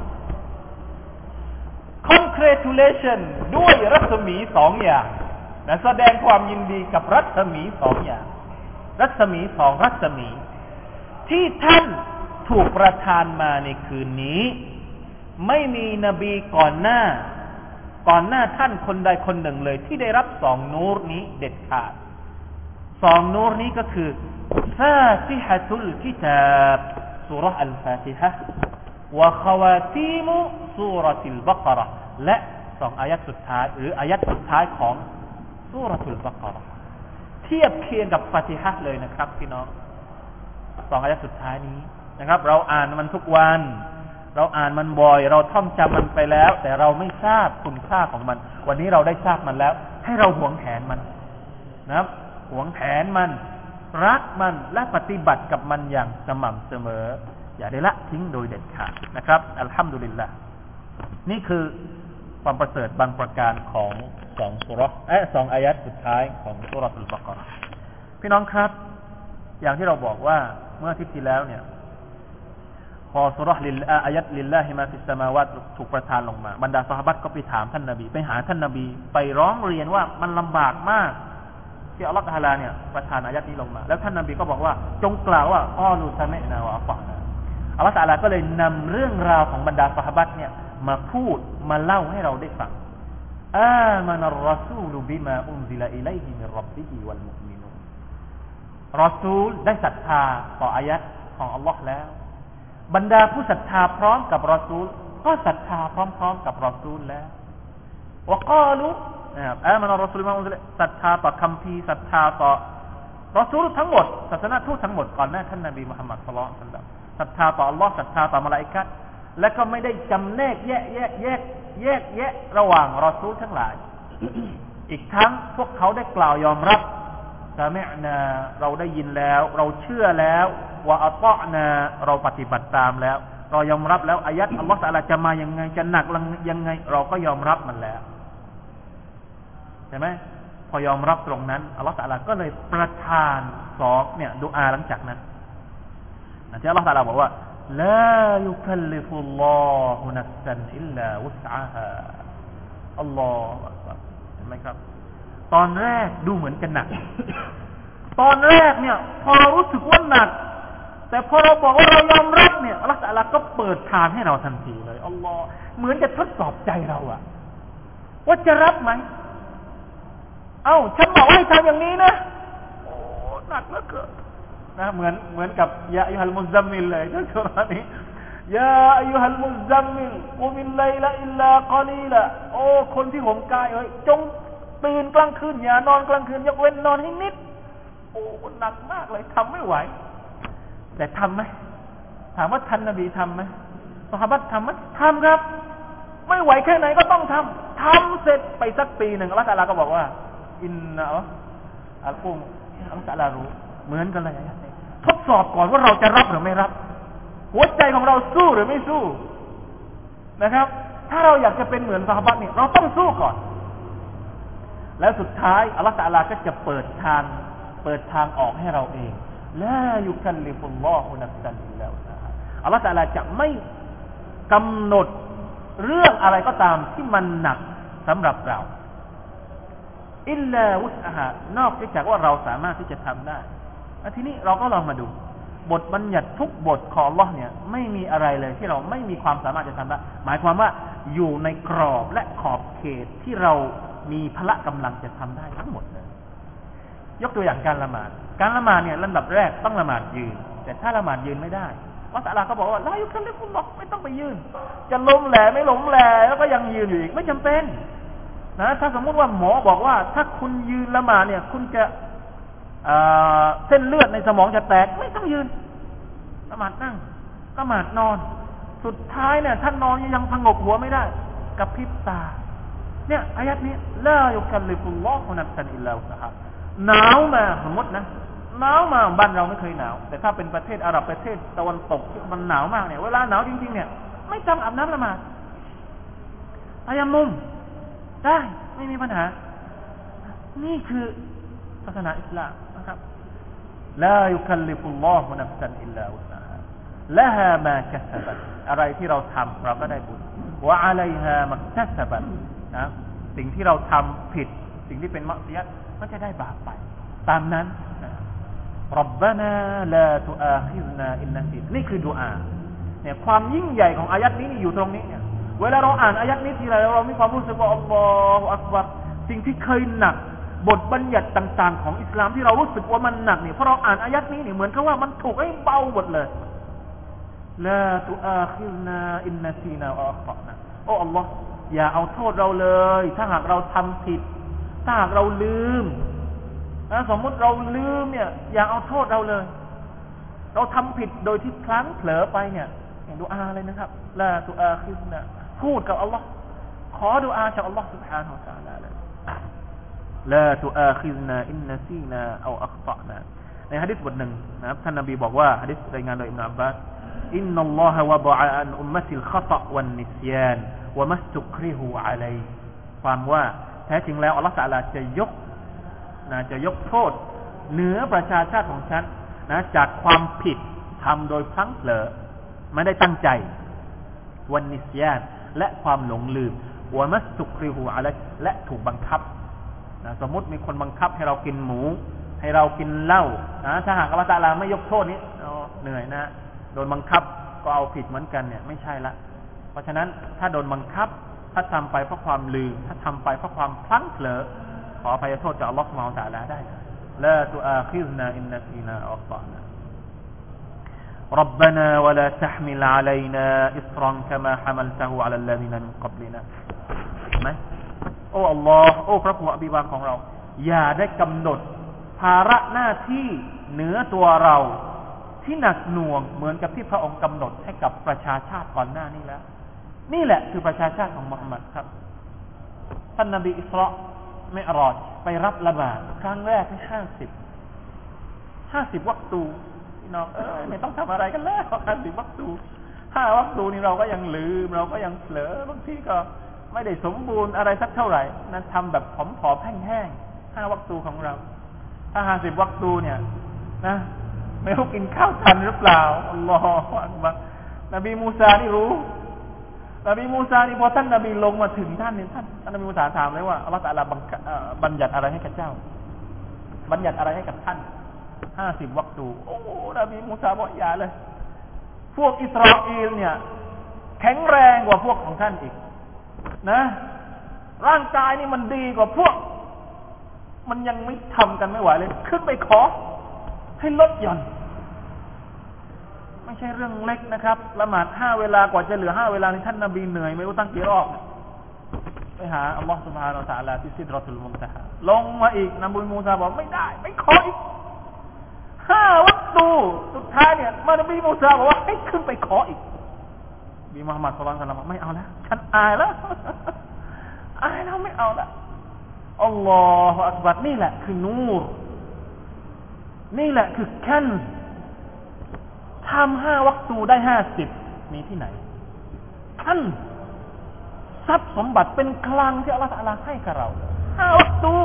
congratulation ด้วยรัศมี2 อย่างนะแสดงความยินดีกับรัศมี2 อย่างรัศมี2รัศมีที่ท่านถูกประทานมาในคืนนี้ไม่มีนบีก่อนหน้าท่านคนใดคนหนึ่งเลยที่ได้รับ2 นูรนี้เด็ดขาด2 นูรนี้ก็คือฟาติฮะตุลกิตาบซูเราะห์อัลฟาติฮะห์วะควาตีมซูเราะตุลบะเกาะห์และ2 อายัดสุดท้ายหรืออายัดสุดท้ายของซูเราะตุลบะเกาะห์เทียบเคียงกับฟาติฮะห์เลยนะครับพี่น้อง2 อายัดสุดท้ายนี้นะครับเราอ่านมันทุกวันเราอ่านมันบ่อยเราท่องจำมันไปแล้วแต่เราไม่ทราบคุณค่าของมันวันนี้เราได้ทราบมันแล้วให้เราหวงแหนมันนะครับหวงแหนมันรักมันและปฏิบัติกับมันอย่างสม่ำเสมออย่าได้ละทิ้งโดยเด็ดขาดนะครับอัลฮัมดุลิลลาห์นี่คือความประเสริฐบางประการของ2 ซูเราะห์2 อายัดสุดท้ายของซูเราะตุลบะเกาะห์พี่น้องครับอย่างที่เราบอกว่าเมื่ออาทิตย์ที่แล้วเนี่ยพอซูเราะห์อายัดลิลลาฮิมาฟิสสมาวาตถูกประทานลงมาบรรดาซอฮาบะห์ก็ไปถามท่านนบีไปหาท่านนบีไปร้องเรียนว่ามันลำบากมากที่อัลเลาะห์ตะอาลาเนี่ยประทานอายัดนี้ลงมาแล้วท่านนบีก็บอกว่าจงกล่าวว่าอัลูซะมิอ์นาวะอะฏอ์นาอัลเลาะห์ตะอาลาก็เลยนำเรื่องราวของบรรดาซอฮาบะห์เนี่ยมาพูดมาเล่าให้เราได้ฟังอามานัรรอซูลบิมาอุนซิลาอิลัยฮิมิรร็อบบิฮิวัลมุอ์มินูนรอซูลได้ศรัทธาต่ออายัดของอัลเลาะห์แล้วบรรดาผู้ศรัทธาพร้อมกับรอซูลก็ศรัทธาพร้อมๆกับรอซูลแล้ววะกาลูนะครับอามานัรรอซูลบิมาอุนซิลาศรัทธาต่อคัมภีร์ศรัทธาต่อรอซูลทั้งหมดศาสนทูตทั้งหมดก่อนหน้าท่านนบีมุฮัมมัดศ็อลลัลลอฮุอะลัยฮิวะซัลลัมศรัทธาต่ออัลเลาะห์ศรัทธาต่อมลาอิกะฮ์และก็ไม่ได้จำแนกแยกระหว่างรอซูลทั้งหลายอีกทั้งพวกเขาได้กล่าวยอมรับซามิอ์นาเราได้ยินแล้วเราเชื่อแล้ววะอัฏอ์นาเราปฏิบัติตามแล้วเรายอมรับแล้วอายัดอัลลอฮฺตะอาลาจะมายังไงจะหนักยังไงเราก็ยอมรับมันแล้วใช่ไหมพอยอมรับตรงนั้นอัลลอฮฺตะอาลาก็เลยประทานสองเนี่ยดุอาหลังจากนั้นที่อัลลอฮฺตะอาลาบอกว่าลายุคัลลิฟุลลอฮุนัฟซันอิลลาวุสอะฮาอัลลอฮฺอักบัรเห็นไหมครับตอนแรกดูเหมือนจะหนักตอนแรกเนี่ยพอเรารู้สึกว่าหนักแต่พอเราบอกว่าเรายอมรับเนี่ยอัลลอฮฺตะอาลาก็เปิดทางให้เราทันทีเลยอัลลอฮฺเหมือนจะทดสอบใจเราอะว่าจะรับไหมฉันบอกให้ทำอย่างนี้นะโอ้หนักเหลือเกินนะเหมือนกับยาอัยยูฮัลมุซัมมิลเลยในสุรานี้ยาอัยยูฮัลมุซัมมิลกุมิลไลละอิลลากอลีละโอ้คนที่ห่มกายจงตื่นกลางคืนอย่านอนกลางคืนยกเว้นนอนให้นิดโอ้หนักมากเลยทำไม่ไหวแต่ทำไหมถามว่าท่านนบีทำไหมซอฮาบะห์ทำไหมทำครับไม่ไหวแค่ไหนก็ต้องทำเสร็จไปสักปีหนึ่งอัลเลาะห์ตะอาลาก็บอกว่าอินนะอัลกุมอัลลอฮฺตะอาลารู้เหมือนกันเลยทดสอบก่อนว่าเราจะรับหรือไม่รับหัวใจของเราสู้หรือไม่สู้นะครับถ้าเราอยากจะเป็นเหมือนซอฮาบะห์เนี่ยเราต้องสู้ก่อนแล้วสุดท้ายอัลลอฮฺตะอาลาก็จะเปิดทางออกให้เราเองลายุคัลลิฟุลลอฮุนัฟซันอิลลาวุสอะฮาอัลลอฮฺตะอาลาจะไม่กำหนดเรื่องอะไรก็ตามที่มันหนักสำหรับเราอิลลาวุสอะฮานอกจากว่าเราสามารถที่จะทำได้ทีนี้เราก็ลองมาดูบทบัญญัติทุกบทของอัลเลาะห์เนี่ยไม่มีอะไรเลยที่เราไม่มีความสามารถจะทำได้หมายความว่าอยู่ในกรอบและขอบเขตที่เรามีพละกำลังจะทำได้ทั้งหมดเลยยกตัวอย่างการละหมาดเนี่ยลำดับแรกต้องละหมาดยืนแต่ถ้าละหมาดยืนไม่ได้อัลเลาะห์ตะอาลาก็บอกว่าลายุคัลลิฟุลลอฮ์ไม่ต้องไปยืนจะล้มแหล่ไม่ล้มแหล่แล้วก็ยังยืนอยู่อีกไม่จำเป็นนะถ้าสมมุติว่าหมอบอกว่าถ้าคุณยืนละหมาดเนี่ยคุณจะเส้นเลือดในสมองจะแตกไม่ต้องยืนละหมาดนั่งละหมาดนอนสุดท้ายเนี่ยท่านนอนยังผงกหัวไม่ได้กับพริบตาเนี่ยอายัดนี้ลายุคัลลิฟุลลอฮุนัฟซันอิลลาวุสอะฮาหนาวมาสมมตินะหนาวมาบ้านเราไม่เคยหนาวแต่ถ้าเป็นประเทศอาหรับประเทศตะวันตกที่มันหนาวมากเนี่ยเวลาหนาวจริงๆเนี่ยไม่ต้องอาบน้ำละหมาดตัยัมมุมได้ไม่มีปัญหานี่คือศาสนาอิสลามนะครับลายุคัลลิฟุลลอฮุนัฟซันอิลลาวุสอะฮาละฮามาคัสบัตอะไรที่เราทำเราก็ได้บุญวะอะลัยฮามักตัสบัตนะสิ่งที่เราทำผิดสิ่งที่เป็นมักซิยะฮ์มันจะได้บาปไปตามนั้นร็อบบานาลาตุอาคิซนาอินนะซีนี่คือดุอาเนี่ยความยิ่งใหญ่ของอายัดนี้อยู่ตรงนี้เนี่ยเวลาเราอ่านอายัดนี้ทีไรเรามีความรู้สึกว่าอัลลอฮฺอักบัรสิ่งที่เคยหนักบทบัญญัติต่างๆของอิสลามที่เรารู้สึกว่ามันหนักเนี่ยพอเราอ่านอายัดนี้เนี่ยเหมือนกับว่ามันถูกให้เบาหมดเลยลาตุอาคิซนาอินนะซีนาอัคตะนะโอ้อัลลอฮฺอย่าเอาโทษเราเลยถ้าหากเราทำผิดถ้าหากเราลืมสมมติเราลืมเนี่ยอย่าเอาโทษเราเลยเราทำผิดโดยที่พลั้งเผลอไปเนี่ยดุอาเลยนะครับลาตุอาคิซนาพูดกับอัลลอฮ์ขอดุอาจากอัลลอฮ์ سبحانه และ تعالى เลยลาตุอาคิซนาอินนะซีนาเอาอัคตะนาในหะดีษบทหนึ่งนะครับท่านนบีบอกว่าหะดีษรายงานโดยอิบนุอับบาสอินนัลลอฮะวะฎะอันอุมมะติลค็อตะวันนิสยานวะมัสตุกริฮุอะลัยความว่าแท้จริงแล้วอัลลอฮฺตะอาลาจะยกโทษเหนือประชาชาติของฉันนะจากความผิดทำโดยพลั้งเผลอไม่ได้ตั้งใจวันนิสยานและความหลงลืมวะมัสตุกริฮุอะลัยและถูกบังคับนะสมมุติมีคนบังคับให้เรากินหมูให้เรากินเหล้านะถ้าหากอัลลอฮฺตะอาลาไม่ยกโทษนี้เหนื่อยนะโดนบังคับก็เอาผิดเหมือนกันเนี่ยไม่ใช่ละเพราะฉะนั้นถ้าโดนบังคับถ้าทำไปเพราะความลืมถ้าทำไปเพราะความพลั้งเผลอขออภัยโทษจากอัลลอฮฺซุบฮานะฮูวะตะอาลาได้ลาตุอาคิซนาอินนะซีนาอัคตะนาربنا ولا تحمل علينا إصرا كما حملته على الذين من قبلنا มั้ยโอ้อัลลอฮ์โอ้พระผู้อภิบาลของเราอย่าได้กำหนดภาระหน้าที่เหนือตัวเราที่หนักหน่วงเหมือนกับที่พระองค์กำหนดให้กับประชาชาติก่อนหน้านี้แล้วนี่แหละคือประชาชาติของมุฮัมมัดครับท่านนบีอิสรามิอ์ราจไปรับละหมาดครั้งแรกที่50วักตูพี่น้องไม่ต้องทำอะไรกันแล้ว50วักตู5วักตูนี่เราก็ยังลืมเราก็ยังเผลอบางทีก็ไม่ได้สมบูรณ์อะไรสักเท่าไหร่นั้นทำแบบผอมๆแห้งๆ5วักตูของเราถ้า50วักตูเนี่ยนะไม่รู้กินข้าวทันหรือเปล่าอัลลอฮฺอักบัรนบีมูซานี่รู้นบีมูซานี่พอท่านนบีลงมาถึงท่านนี่ท่านนบีมูซาถามเลยว่าอัลลอฮฺตะอาลาบัญญัติอะไรให้กับเจ้าบัญญัติอะไรให้กับท่าน50วักตูโอ้นบีมูซาบอกอย่าเลยพวกอิสราเอลเนี่ยแข็งแรงกว่าพวกของท่านอีกนะร่างกายนี่มันดีกว่าพวกมันยังไม่ทำกันไม่ไหวเลยขึ้นไปขอให้ลดหย่อนไม่ใช่เรื่องเล็กนะครับละหมาด5เวลากว่าจะเหลือ5เวลานี่ท่านนบีเหนื่อยไม่รู้ตั้งกี่รอบไปหาอัลลอฮฺซุบฮานะฮูวะตะอาลาที่ซิดเราะตุลมุนตะฮาลงมาอีกนบีมูซาบอกไม่ได้ไม่ขออีก5วักตูสุดท้ายเนี่ยนบีมูซาบอกว่าให้ขึ้นไปขออีกบีมุฮัมมัดศ็อลลัลลอฮุอะลัยฮิวะซัลลัมไม่เอาแล้วฉันอายแล้วไม่เอาแล้วอัลลอฮฺอักบัรนี่แหละคือนูรนี่แหละคือแค่นทำ5วักตูได้50มีที่ไหนท่านทรัพย์สมบัติเป็นคลังที่อัลลอฮฺตะอาลาให้กับเรา5วักตู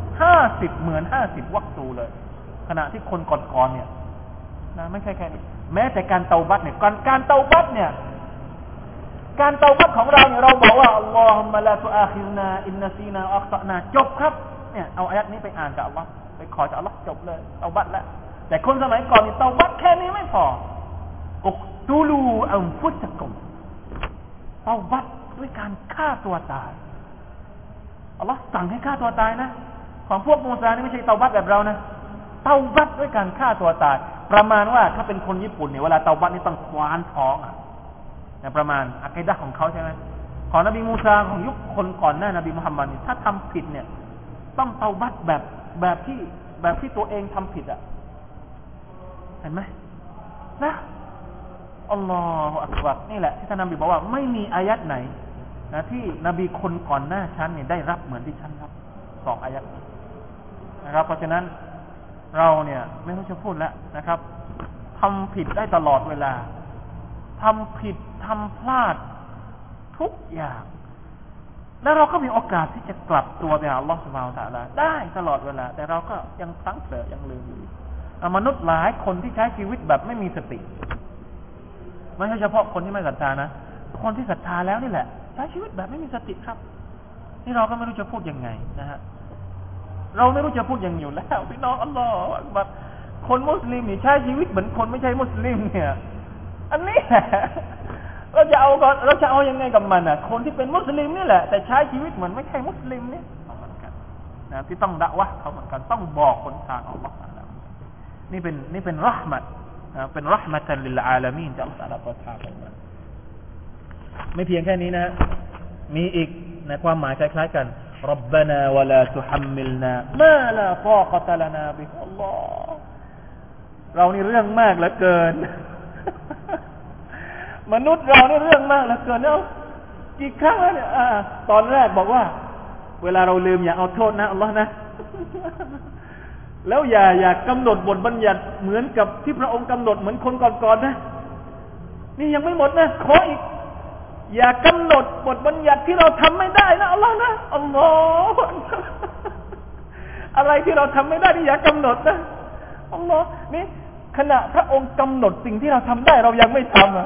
50เหมือน50วักตูเลยขณะที่คนก่อนๆเนี่ยนะไม่ใช่แค่นี้แม้แต่การเตาบัตเนี่ยการเตาบัตเนี่ยการเตาบัตของเราเนี่ยเราบอกว่าอัลลอฮุมะลาตุอาคิรนาอินนาซีนาอัคตะนาจบครับเนี่ยเอาอายัดนี้ไปอ่านกับอัลลอฮ์ไปขอจากอัลลอฮ์จบเลยเตาบัตแล้วแต่คนสมัยก่อนนี่เตาบัตแค่นี้ไม่พออุกตูลูอันฟุตกุมเตาบัตด้วยการฆ่าตัวตายอัลลอฮ์สั่งให้ฆ่าตัวตายนะของพวกมูซานี่ไม่ใช่เตาบัตแบบเรานะเตาบัตด้วยการฆ่าตัวตายประมาณว่าถ้าเป็นคนญี่ปุ่นเนี่ยเวลาเตาบัตนี่ต้องคว้านท้องเนี่ยประมาณอะกีดะห์ของเขาใช่ไหมของนบีมูซาของยุคคนก่อนหน้านบีมุฮัมมัดนี่ถ้าทำผิดเนี่ยต้องเตาบัตแบบที่ตัวเองทำผิดเห็นไหมนะอัลลอฮฺอักบัรนี่แหละที่ท่านนบีบอกว่าไม่มีอายัดไหนนะที่นบีคนก่อนหน้าฉันเนี่ยได้รับเหมือนที่ฉันรับ2อายัดนะครับเพราะฉะนั้นเราเนี่ยไม่ต้องจะพูดแล้วนะครับทำผิดได้ตลอดเวลาทำผิดทำพลาดทุกอย่างแล้วเราก็มีโอกาสที่จะกลับตัวไปหาอัลลอฮฺซุบฮานะฮูวะตะอาลาได้ตลอดเวลาแต่เราก็ยังพลั้งเผลอยังลืมอยู่มนุษย์หลายคนที่ใช้ชีวิตแบบไม่มีสติไม่ใช่เฉพาะคนที่ไม่ศรัทธานะคนที่ศรัทธาแล้วนี่แหละใช้ชีวิตแบบไม่มีสติครับนี่เราก็ไม่รู้จะพูดยังไงนะฮะเราไม่รู้จะพูดยังอยู่แล้วพี่น้องอัลลอฮฺอักบัรคนมุสลิมนี่ใช้ชีวิตเหมือนคนไม่ใช่มุสลิมเนี่ยอันนี้เราจะเอายังไงกับมันคนที่เป็นมุสลิมนี่แหละแต่ใช้ชีวิตเหมือนไม่ใช่มุสลิมเนี่ยเหมือนกันนะที่ต้องดะวะห์เขาเหมือนกันต้องบอกคนทางอัลลอฮฺนี่เป็นเราะห์มะห์เป็นเราะห์มะตันลิลอาลามีนจากอัลลอฮฺตะอาลาประทานมาไม่เพียงแค่นี้นะมีอีกในความหมายคล้ายๆกันربنا ولا تحملنا ما لا طاقة لنا به الله เรานี่เรื่องมากเหลือเกินมนุษย์เรานี่เรื่องมากเหลือเกินเนี่ยกี่ครั้งแล้วเนี่ยตอนแรกบอกว่าเวลาเราลืมอย่าเอาโทษนะอัลลอฮ์นะแล้วอย่ากำหนดบทบัญญัติเหมือนกับที่พระองค์กำหนดเหมือนคนก่อนๆนะนี่ยังไม่หมดนะขออีกอย่ากำหนดบทบัญญัติที่เราทำไม่ได้นะอัลลอฮ์นะอัลลอฮ์อะไรที่เราทำไม่ได้นี่อย่ากำหนดนะอัลลอฮ์นี่ขณะพระองค์กำหนดสิ่งที่เราทำได้เรายังไม่ทำ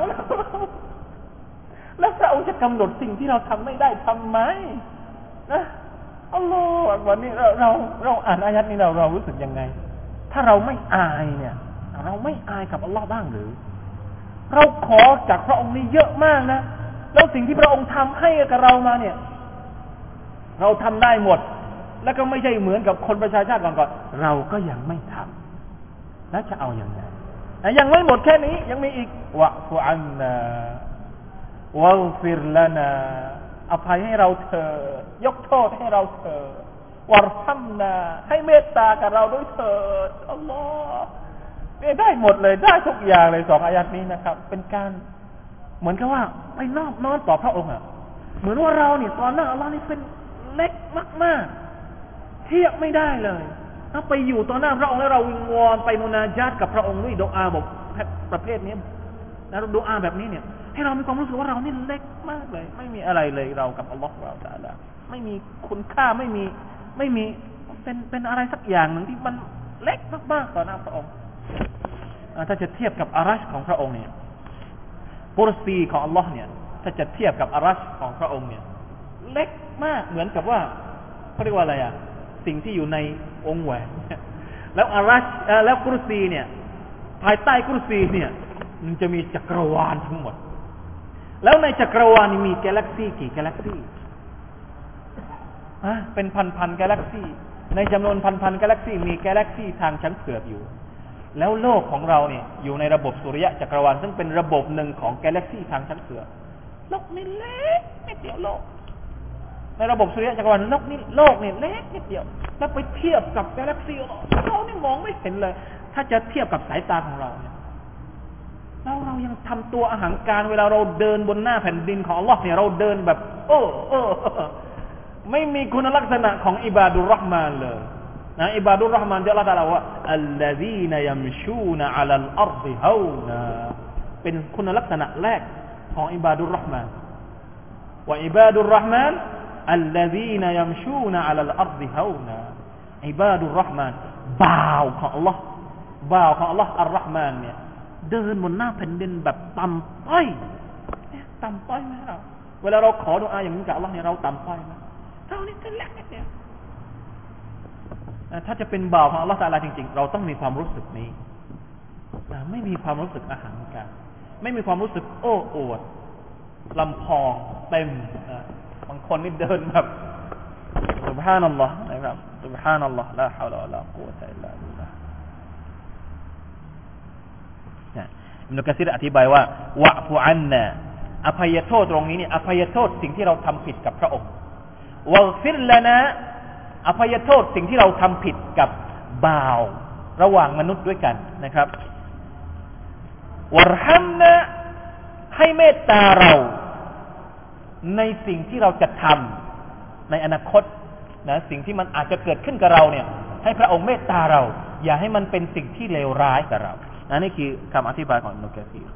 แล้วพระองค์จะกำหนดสิ่งที่เราทำไม่ได้ทำไมนะอัลลอฮ์วันนี้เราอ่านอายัดนี้เรารู้สึกยังไงถ้าเราไม่อายเนี่ยเราไม่อายกับอัลลอฮ์บ้างหรือเราขอจากพระองค์นี่เยอะมากนะแล้วสิ่งที่พระองค์ทำให้กับเรามาเนี่ยเราทำได้หมดแล้วก็ไม่ใช่เหมือนกับคนประชาชาติก่อนๆเราก็ยังไม่ทำแล้วจะเอาอย่างไรยังไม่หมดแค่นี้ยังมีอีกวะฟุอันนาวัลฟิรลานาอภัยให้เราเถิดยกโทษให้เราเถิดวัรฮัมนาให้เมตตากับเราด้วยเถิดอัลลอฮ์ได้หมดเลยได้ทุกอย่างเลย2อายัดนี้นะครับเป็นการเหมือนกับว่าไปนอบน้อมต่อพระองค์เหมือนว่าเราเนี่ยตอนนั้นอัลลอฮ์นี่เป็นเล็กมากๆเทียบไม่ได้เลยถ้าไปอยู่ต่อหน้าพระองค์แล้วเราวิงวอนไปมุนาญาตกับพระองค์ด้วยดุอาแบบประเภทนี้นะดุอาแบบนี้เนี่ยให้เรามีความรู้สึกว่าเรานี่เล็กมากเลยไม่มีอะไรเลยเรากับอัลลอฮฺซุบฮานะฮูวะตะอาลาไม่มีคุณค่าไม่มีเป็นอะไรสักอย่างหนึ่งที่มันเล็กมากๆต่อหน้าพระองค์ถ้าจะเทียบกับอารัชของพระองค์เนี่ยกุรซีของอัลลอฮ์เนี่ยถ้าจะเทียบกับอารัชของพระองค์เนี่ยเล็กมากเหมือนกับว่าเขาเรียกว่าอะไรอ่ะสิ่งที่อยู่ในองค์แหวนแล้วอารัชแล้วกุรซีเนี่ยภายใต้กุรซีเนี่ยมันจะมีจักรวาลทั้งหมดแล้วในจักรวาลนี้มีกาแล็กซี่กี่กาแล็กซี่เป็นพันกาแล็กซี่ในจำนวนพันกาแล็กซี่มีกาแล็กซี่ทางชั้นเผือกอยู่แล้วโลกของเราเนี่ยอยู่ในระบบสุริยะจักรวาลซึ่งเป็นระบบหนึ่งของกาแล็กซี่ทางชั้นเผือกโลกนี่เล็กนิดเดียวโลกในระบบสุริยะจักรวาลโลกนี่เล็กนิดเดียวแล้วไปเทียบกับกาแล็กซี่เรานี่มองไม่เห็นเลยถ้าจะเทียบกับสายตาของเราเนี่ยเรายังทำตัวอาหังการเวลาเราเดินบนหน้าแผ่นดินของอัลลอฮ์เนี่ยเราเดินแบบไม่มีคุณลักษณะของอิบาดุรเราะห์มานเลยนะอิบาดุรเราะห์มานที่อัลเลาะห์ตะอาลาว่าอัลลซีนยัมชูนอะลัลอัรฎิฮาวนาเป็นคุณลักษณะแรกของอิบาดุรเราะห์มานว่าอิบาดุรเราะห์มานอัลลซีนยัมชูนอะลัลอัรฎิฮาวนาอิบาดุรเราะห์มานบ่าวของอัลเลาะห์อัรเราะห์มานเนี่ยเดินบนหน้าแผ่นดินแบบต่ำต้อยต่ำต้อยไหมเราเวลาเราขอดุอาอย่างนี้กับอัลเลาะห์เนี่ยเราต่ำต้อยไหมเรานี่ก็เล็กนิดเดียวถ้าจะเป็นบ่าวของอัลเลาะห์ตะอาลาจริงๆเราต้องมีความรู้สึกนี้ไม่มีความรู้สึกอาหังการไม่มีความรู้สึกโอ้อวดลำพองเต็มบางคนนี่เดินแบบซุบฮานัลลอฮ์นะครับซุบฮานัลลอฮ์ลาฮาวละวะลากุวะตะอิลลาบิลลาห์อิบนุกะซีรอธิบายว่าวะฟุอันนาอภัยโทษตรงนี้เนี่ยอภัยโทษสิ่งที่เราทำผิดกับพระองค์วัฆฟิรลานะอภัยโทษสิ่งที่เราทำผิดกับบ่าวระหว่างมนุษย์ด้วยกันนะครับวัรฮัมนะให้เมตตาเราในสิ่งที่เราจะทำในอนาคตนะสิ่งที่มันอาจจะเกิดขึ้นกับเราเนี่ยให้พระองค์เมตตาเราอย่าให้มันเป็นสิ่งที่เลวร้ายกับเรานี่คือคำอธิบายของอิบนุกะซีร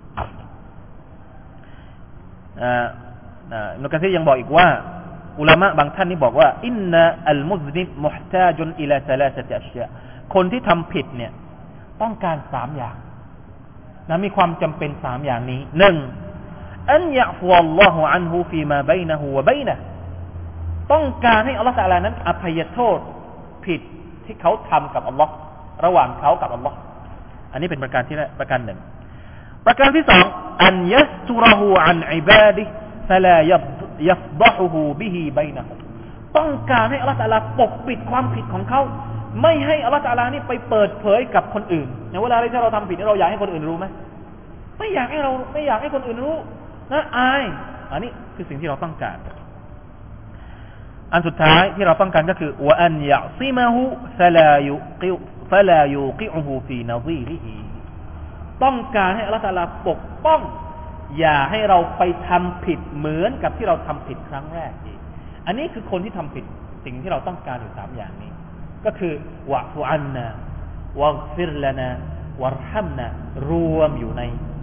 อิบนุกะซีรยังบอกอีกว่าอุลามะบางท่านนี่บอกว่าอินนะอัลมุซนิบมุฮตาจุนอิลาซะลาซะติอัชยาคนที่ทำผิดเนี่ยต้องการ3อย่างนะมีความจำเป็น3อย่างนี้1อันยะฟุวัลลอฮุอันฮุฟีมาบัยนะฮูวะบัยนะต้องการให้อัลเลาะห์ตะอาลานั้นอภัยโทษผิดที่เขาทำกับอัลเลาะห์ระหว่างเขากับอัลเลาะห์อันนี้เป็นประการที่ประการ1ประการที่2อันยัสตุรหูอันอิบาดิฮิฟะลายัฟฎอฮุฮูบิฮิบัยนะฮุมต้องการให้อัลเลาะห์ตะอาลาปกปิดความผิดของเขาไม่ให้อัลเลาะห์ตะอาลานี่ไปเปิดเผยกับคนอื่นในเวลาที่เราทำผิดเราอยากให้คนอื่นรู้ไหมไม่อยากให้คนอื่นรู้นะอายอันนี้คือสิ่งที่เราต้องการอันสุดท้ายที่เราต้องการก็คือวะอันยะซิมะฮูฟะลายูกิอูฮูฟีนะซีริฮิต้องการให้อัลเลาะห์ตะอาลาปกป้องอย่าให้เราไปทำผิดเหมือนกับที่เราทำผิดครั้งแรกอีกอันนี้คือคนที่ทำผิดสิ่งที่เราต้องการอยู่3อย่างนี้ก็คือวะฟุอันนาวัฆฟิรลานาวัรฮัมนารวมอยู่ใน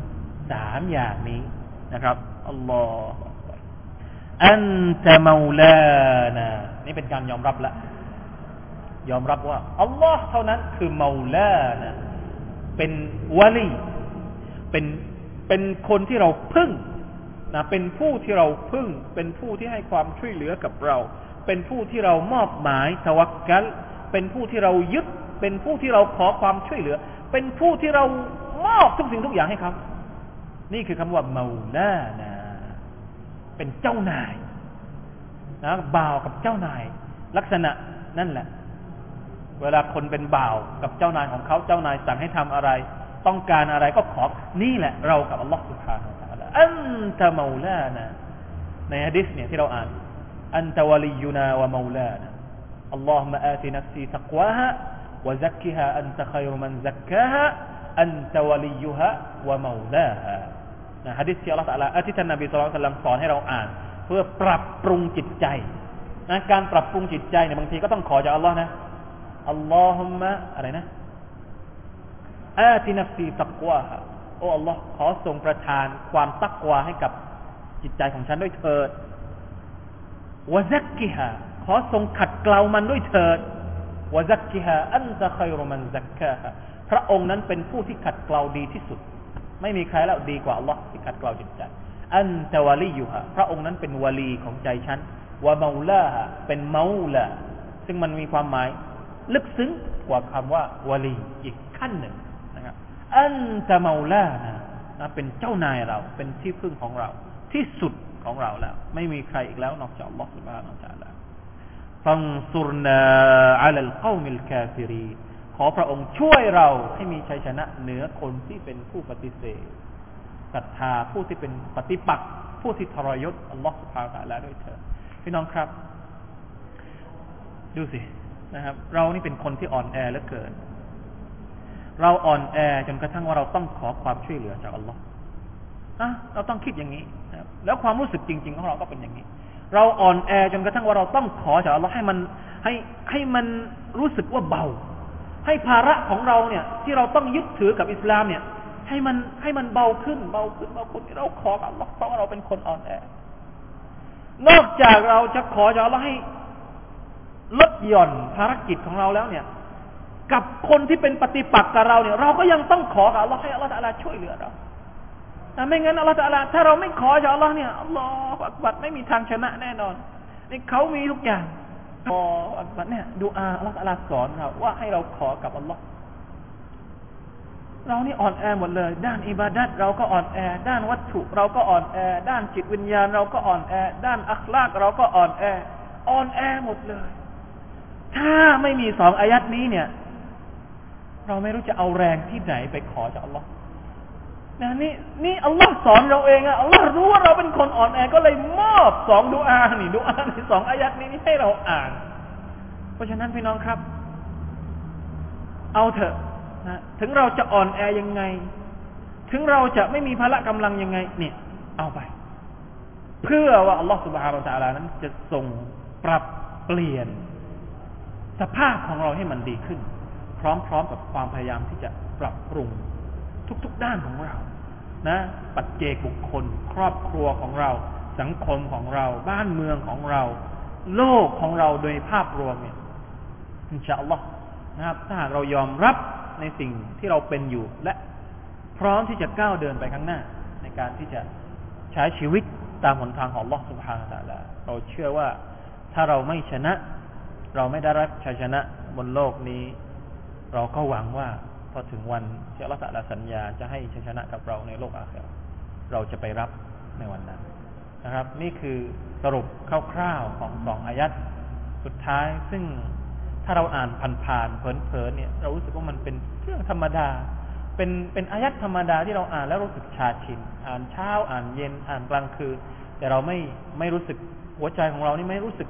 3อย่างนี้นะครับอัลลอฮฺอันตะมอลานานี่เป็นการยอมรับแล้วยอมรับว่าอัลลอฮ์เท่านั้นคือเมาลานะเป็นวะลีเป็นคนที่เราพึ่งนะเป็นผู้ที่เราพึ่งเป็นผู้ที่ให้ความช่วยเหลือกับเราเป็นผู้ที่เรามอบหมายตะวักกัลเป็นผู้ที่เรายึดเป็นผู้ที่เราขอความช่วยเหลือเป็นผู้ที่เรามอบทุกสิ่งทุกอย่างให้เขานี่คือคำว่าเมาลานะเป็นเจ้านายนะบ่าวกับเจ้านายลักษณะนั่นแหละเวลาคนเป็นบ่าวกับเจ้านายของเขาเจ้านายสั่งให้ทำอะไรต้องการอะไรก็ขอนี่แหละเรากับอัลลอฮฺ سبحانه และ تعالى อันตะเมาลานะในหะดีษเนี่ยที่เราอ่านอันตะวะลียุนาวะเมาลานะอัลลอฮุมะอาตินัฟซีตักวาฮะวะซักกิฮาอันตะค็อยรุมันซักกาฮะอันตะวะลียุฮะวะเมาลาฮะนะหะดีษที่อัลเลาะห์ตะอาลาที่ท่านนบีศ็อลลัลลอฮุอะลัยฮิวะซัลลัมสอนให้เราอ่านเพื่อปรับปรุงจิตใจนะการปรับปรุงจิตใจเนี่ยบางทีก็ต้องขอจากอัลลอฮ์นะอัลลอฮุมมะอะไรนะอาตินัฟซีตักวาฮะโอ้อัลลอฮ์ขอทรงประทานความตักวาให้กับจิตใจของฉันด้วยเถิดวะซักกิฮาขอทรงขัดเกลามันด้วยเถิดวะซักกิฮาอันตะค็อยรุมันซักกาฮาพระองค์นั้นเป็นผู้ที่ขัดเกลาดีที่สุดไม่มีใครแล้วดีกว่าอัลลอฮ์ที่ขัดเกลาจิตใจอันตะวะลียุฮะพระองค์นั้นเป็นวะลีของใจฉันวะเมาลาฮะเป็นเมาลาซึ่งมันมีความหมายลึกซึ้งกว่าคำว่าวะลีอีกขั้นหนึ่งนะครับอันตะเมาลานะเป็นเจ้านายเราเป็นที่พึ่งของเราที่สุดของเราแล้วไม่มีใครอีกแล้วนอกจากอัลลอฮฺ سبحانه และ تعالى ฟังซุรนาอะลัลกอมิลกาฟิรีนขอพระองค์ช่วยเราให้มีชัยชนะเหนือคนที่เป็นผู้ปฏิเสธศรัทธาผู้ที่เป็นปฏิปักษ์ผู้ที่ทรยศอัลลอฮฺ سبحانه และ تعالى ด้วยเถิดพี่น้องครับดูสินะครับเรานี่เป็นคนที่อ่อนแอเหลือเกินเราอ่อนแอจนกระทั่งว่าเราต้องขอความช่วยเหลือจากอัลลอฮฺเราต้องคิดอย่างนี้นะครับแล้วความรู้สึกจริงๆของเราก็เป็นอย่างนี้เราอ่อนแอจนกระทั่งว่าเราต้องขอจากอัลลอฮฺให้มันรู้สึกว่าเบาให้ภาระของเราเนี่ยที่เราต้องยึดถือกับอิสลามเนี่ยให้มันเบาขึ้นที่เราขอกับอัลลอฮฺเพราะว่าเราเป็นคนอ่อนแอนอกจากเราจะขอจากอัลลอฮฺให้ลดหย่อนภารกิจของเราแล้วเนี่ยกับคนที่เป็นปฏิปักษ์กับเราเนี่ยเราก็ยังต้องขอกับอัลลอฮฺให้อัลลอฮฺตะอาลาช่วยเหลือเราแต่ไม่งั้นอัลลอฮฺตะอาลาถ้าเราไม่ขอจากอัลลอฮฺเนี่ยอัลลอฮฺอักบัรไม่มีทางชนะแน่นอนนี่เขามีทุกอย่างอัลลอฮฺอักบัรเนี่ยดุอาอัลลอฮฺตะอาลาสอนเราว่าให้เราขอกับอัลลอฮฺเรานี่อ่อนแอหมดเลยด้านอิบาดัตเราก็อ่อนแอด้านวัตถุเราก็อ่อนแอด้านจิตวิญญาณเราก็อ่อนแอด้านอัคลากเราก็อ่อนแอหมดเลยถ้าไม่มีสองอายัดนี้เนี่ยเราไม่รู้จะเอาแรงที่ไหนไปขอจากอัลลอฮฺนี่อัลลอฮ์สอนเราเองอะอัลลอฮ์รู้ว่าเราเป็นคนอ่อนแอก็เลยมอบสองดุอานี่สองอายัดนี้ให้เราอ่านเพราะฉะนั้นพี่น้องครับเอาเถอะนะถึงเราจะอ่อนแอยังไงถึงเราจะไม่มีพละกำลังยังไงเนี่ยเอาไปเพื่อว่าอัลลอฮ์ سبحانه และ تعالى นั้นจะทรงปรับเปลี่ยนสภาพของเราให้มันดีขึ้นพร้อมๆกับความพยายามที่จะปรับปรุงทุกๆด้านของเรานะปัจเจกบุคคลครอบครัวของเราสังคมของเราบ้านเมืองของเราโลกของเราโดยภาพรวมเนี่ยอินชาอัลลอฮ์นะครับถ้าหากเรายอมรับในสิ่งที่เราเป็นอยู่และพร้อมที่จะก้าวเดินไปข้างหน้าในการที่จะใช้ชีวิตตามหนทางของอัลลอฮ์ سبحانه และ تعالى เราเชื่อว่าถ้าเราไม่ชนะเราไม่ได้รับชัยชนะบนโลกนี้เราก็หวังว่าพอถึงวันที่อัลเลาะห์ตะอาลาสัญญาจะให้ชัยชนะกับเราในโลกอาคิเราะห์เราจะไปรับในวันนั้นนะครับนี่คือสรุปคร่าวๆของสองอายัดสุดท้ายซึ่งถ้าเราอ่านผ่านๆเผลอๆเนี่ยเรารู้สึกว่ามันเป็นเรื่องธรรมดาเป็นอายัดธรรมดาที่เราอ่านแล้วรู้สึกชาชินอ่านเช้าอ่านเย็นอ่านกลางคืนแต่เราไม่รู้สึกหัวใจของเรานี่ไม่รู้สึก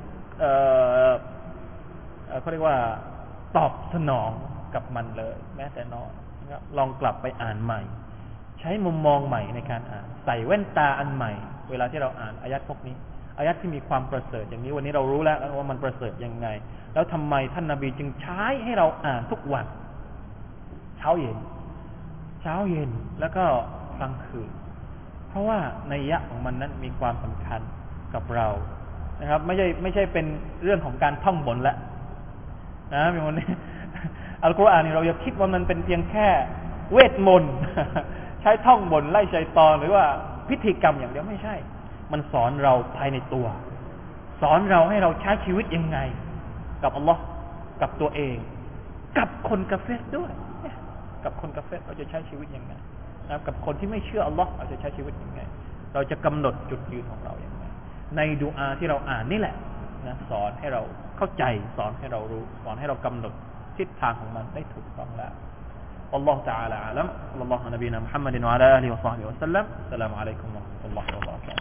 เขาเรียกว่าตอบสนองกับมันเลยแม้แต่น้อยนะครับลองกลับไปอ่านใหม่ใช้มุมมองใหม่ในการอ่านใส่แว่นตาอันใหม่เวลาที่เราอ่านอายัดพวกนี้อายัดที่มีความประเสริฐอย่างนี้วันนี้เรารู้แล้วว่ามันประเสริฐยังไงแล้วทำไมท่านนบีจึงใช้ให้เราอ่านทุกวันเช้าเย็นแล้วก็กลางคืนเพราะว่านัยยะของมันนั้นมีความสำคัญกับเรานะครับไม่ใช่เป็นเรื่องของการท่องบนแล้วนะอย่างวันนี้อัลกุรอานนี่เราอย่าคิดว่ามันเป็นเพียงแค่เวทมนต์ใช้ท่องบนไล่ชัยฏอนหรือว่าพิธีกรรมอย่างเดียวไม่ใช่มันสอนเราภายในตัวสอนเราให้เราใช้ชีวิตยังไงกับอัลลอฮ์กับตัวเองกับคนกาเฟรด้วยกับคนกาเฟรเราจะใช้ชีวิตยังไงนะครับกับคนที่ไม่เชื่ออัลลอฮ์เราจะใช้ชีวิตยังไงเราจะกำหนดจุดยืนของเราอย่างไรในดุอาที่เราอ่านนี่แหละนะสอนให้เราเข้าใจสอนให้เรารู้สอนให้เรากำหนดทิศทางของมันได้ถูกต้องแล้วอัลลอฮฺ تعالى أعلم صلى الله على نبينا محمد وعلى آله وصحبه وسلم السلام عليكم ورحمة الله وبركاته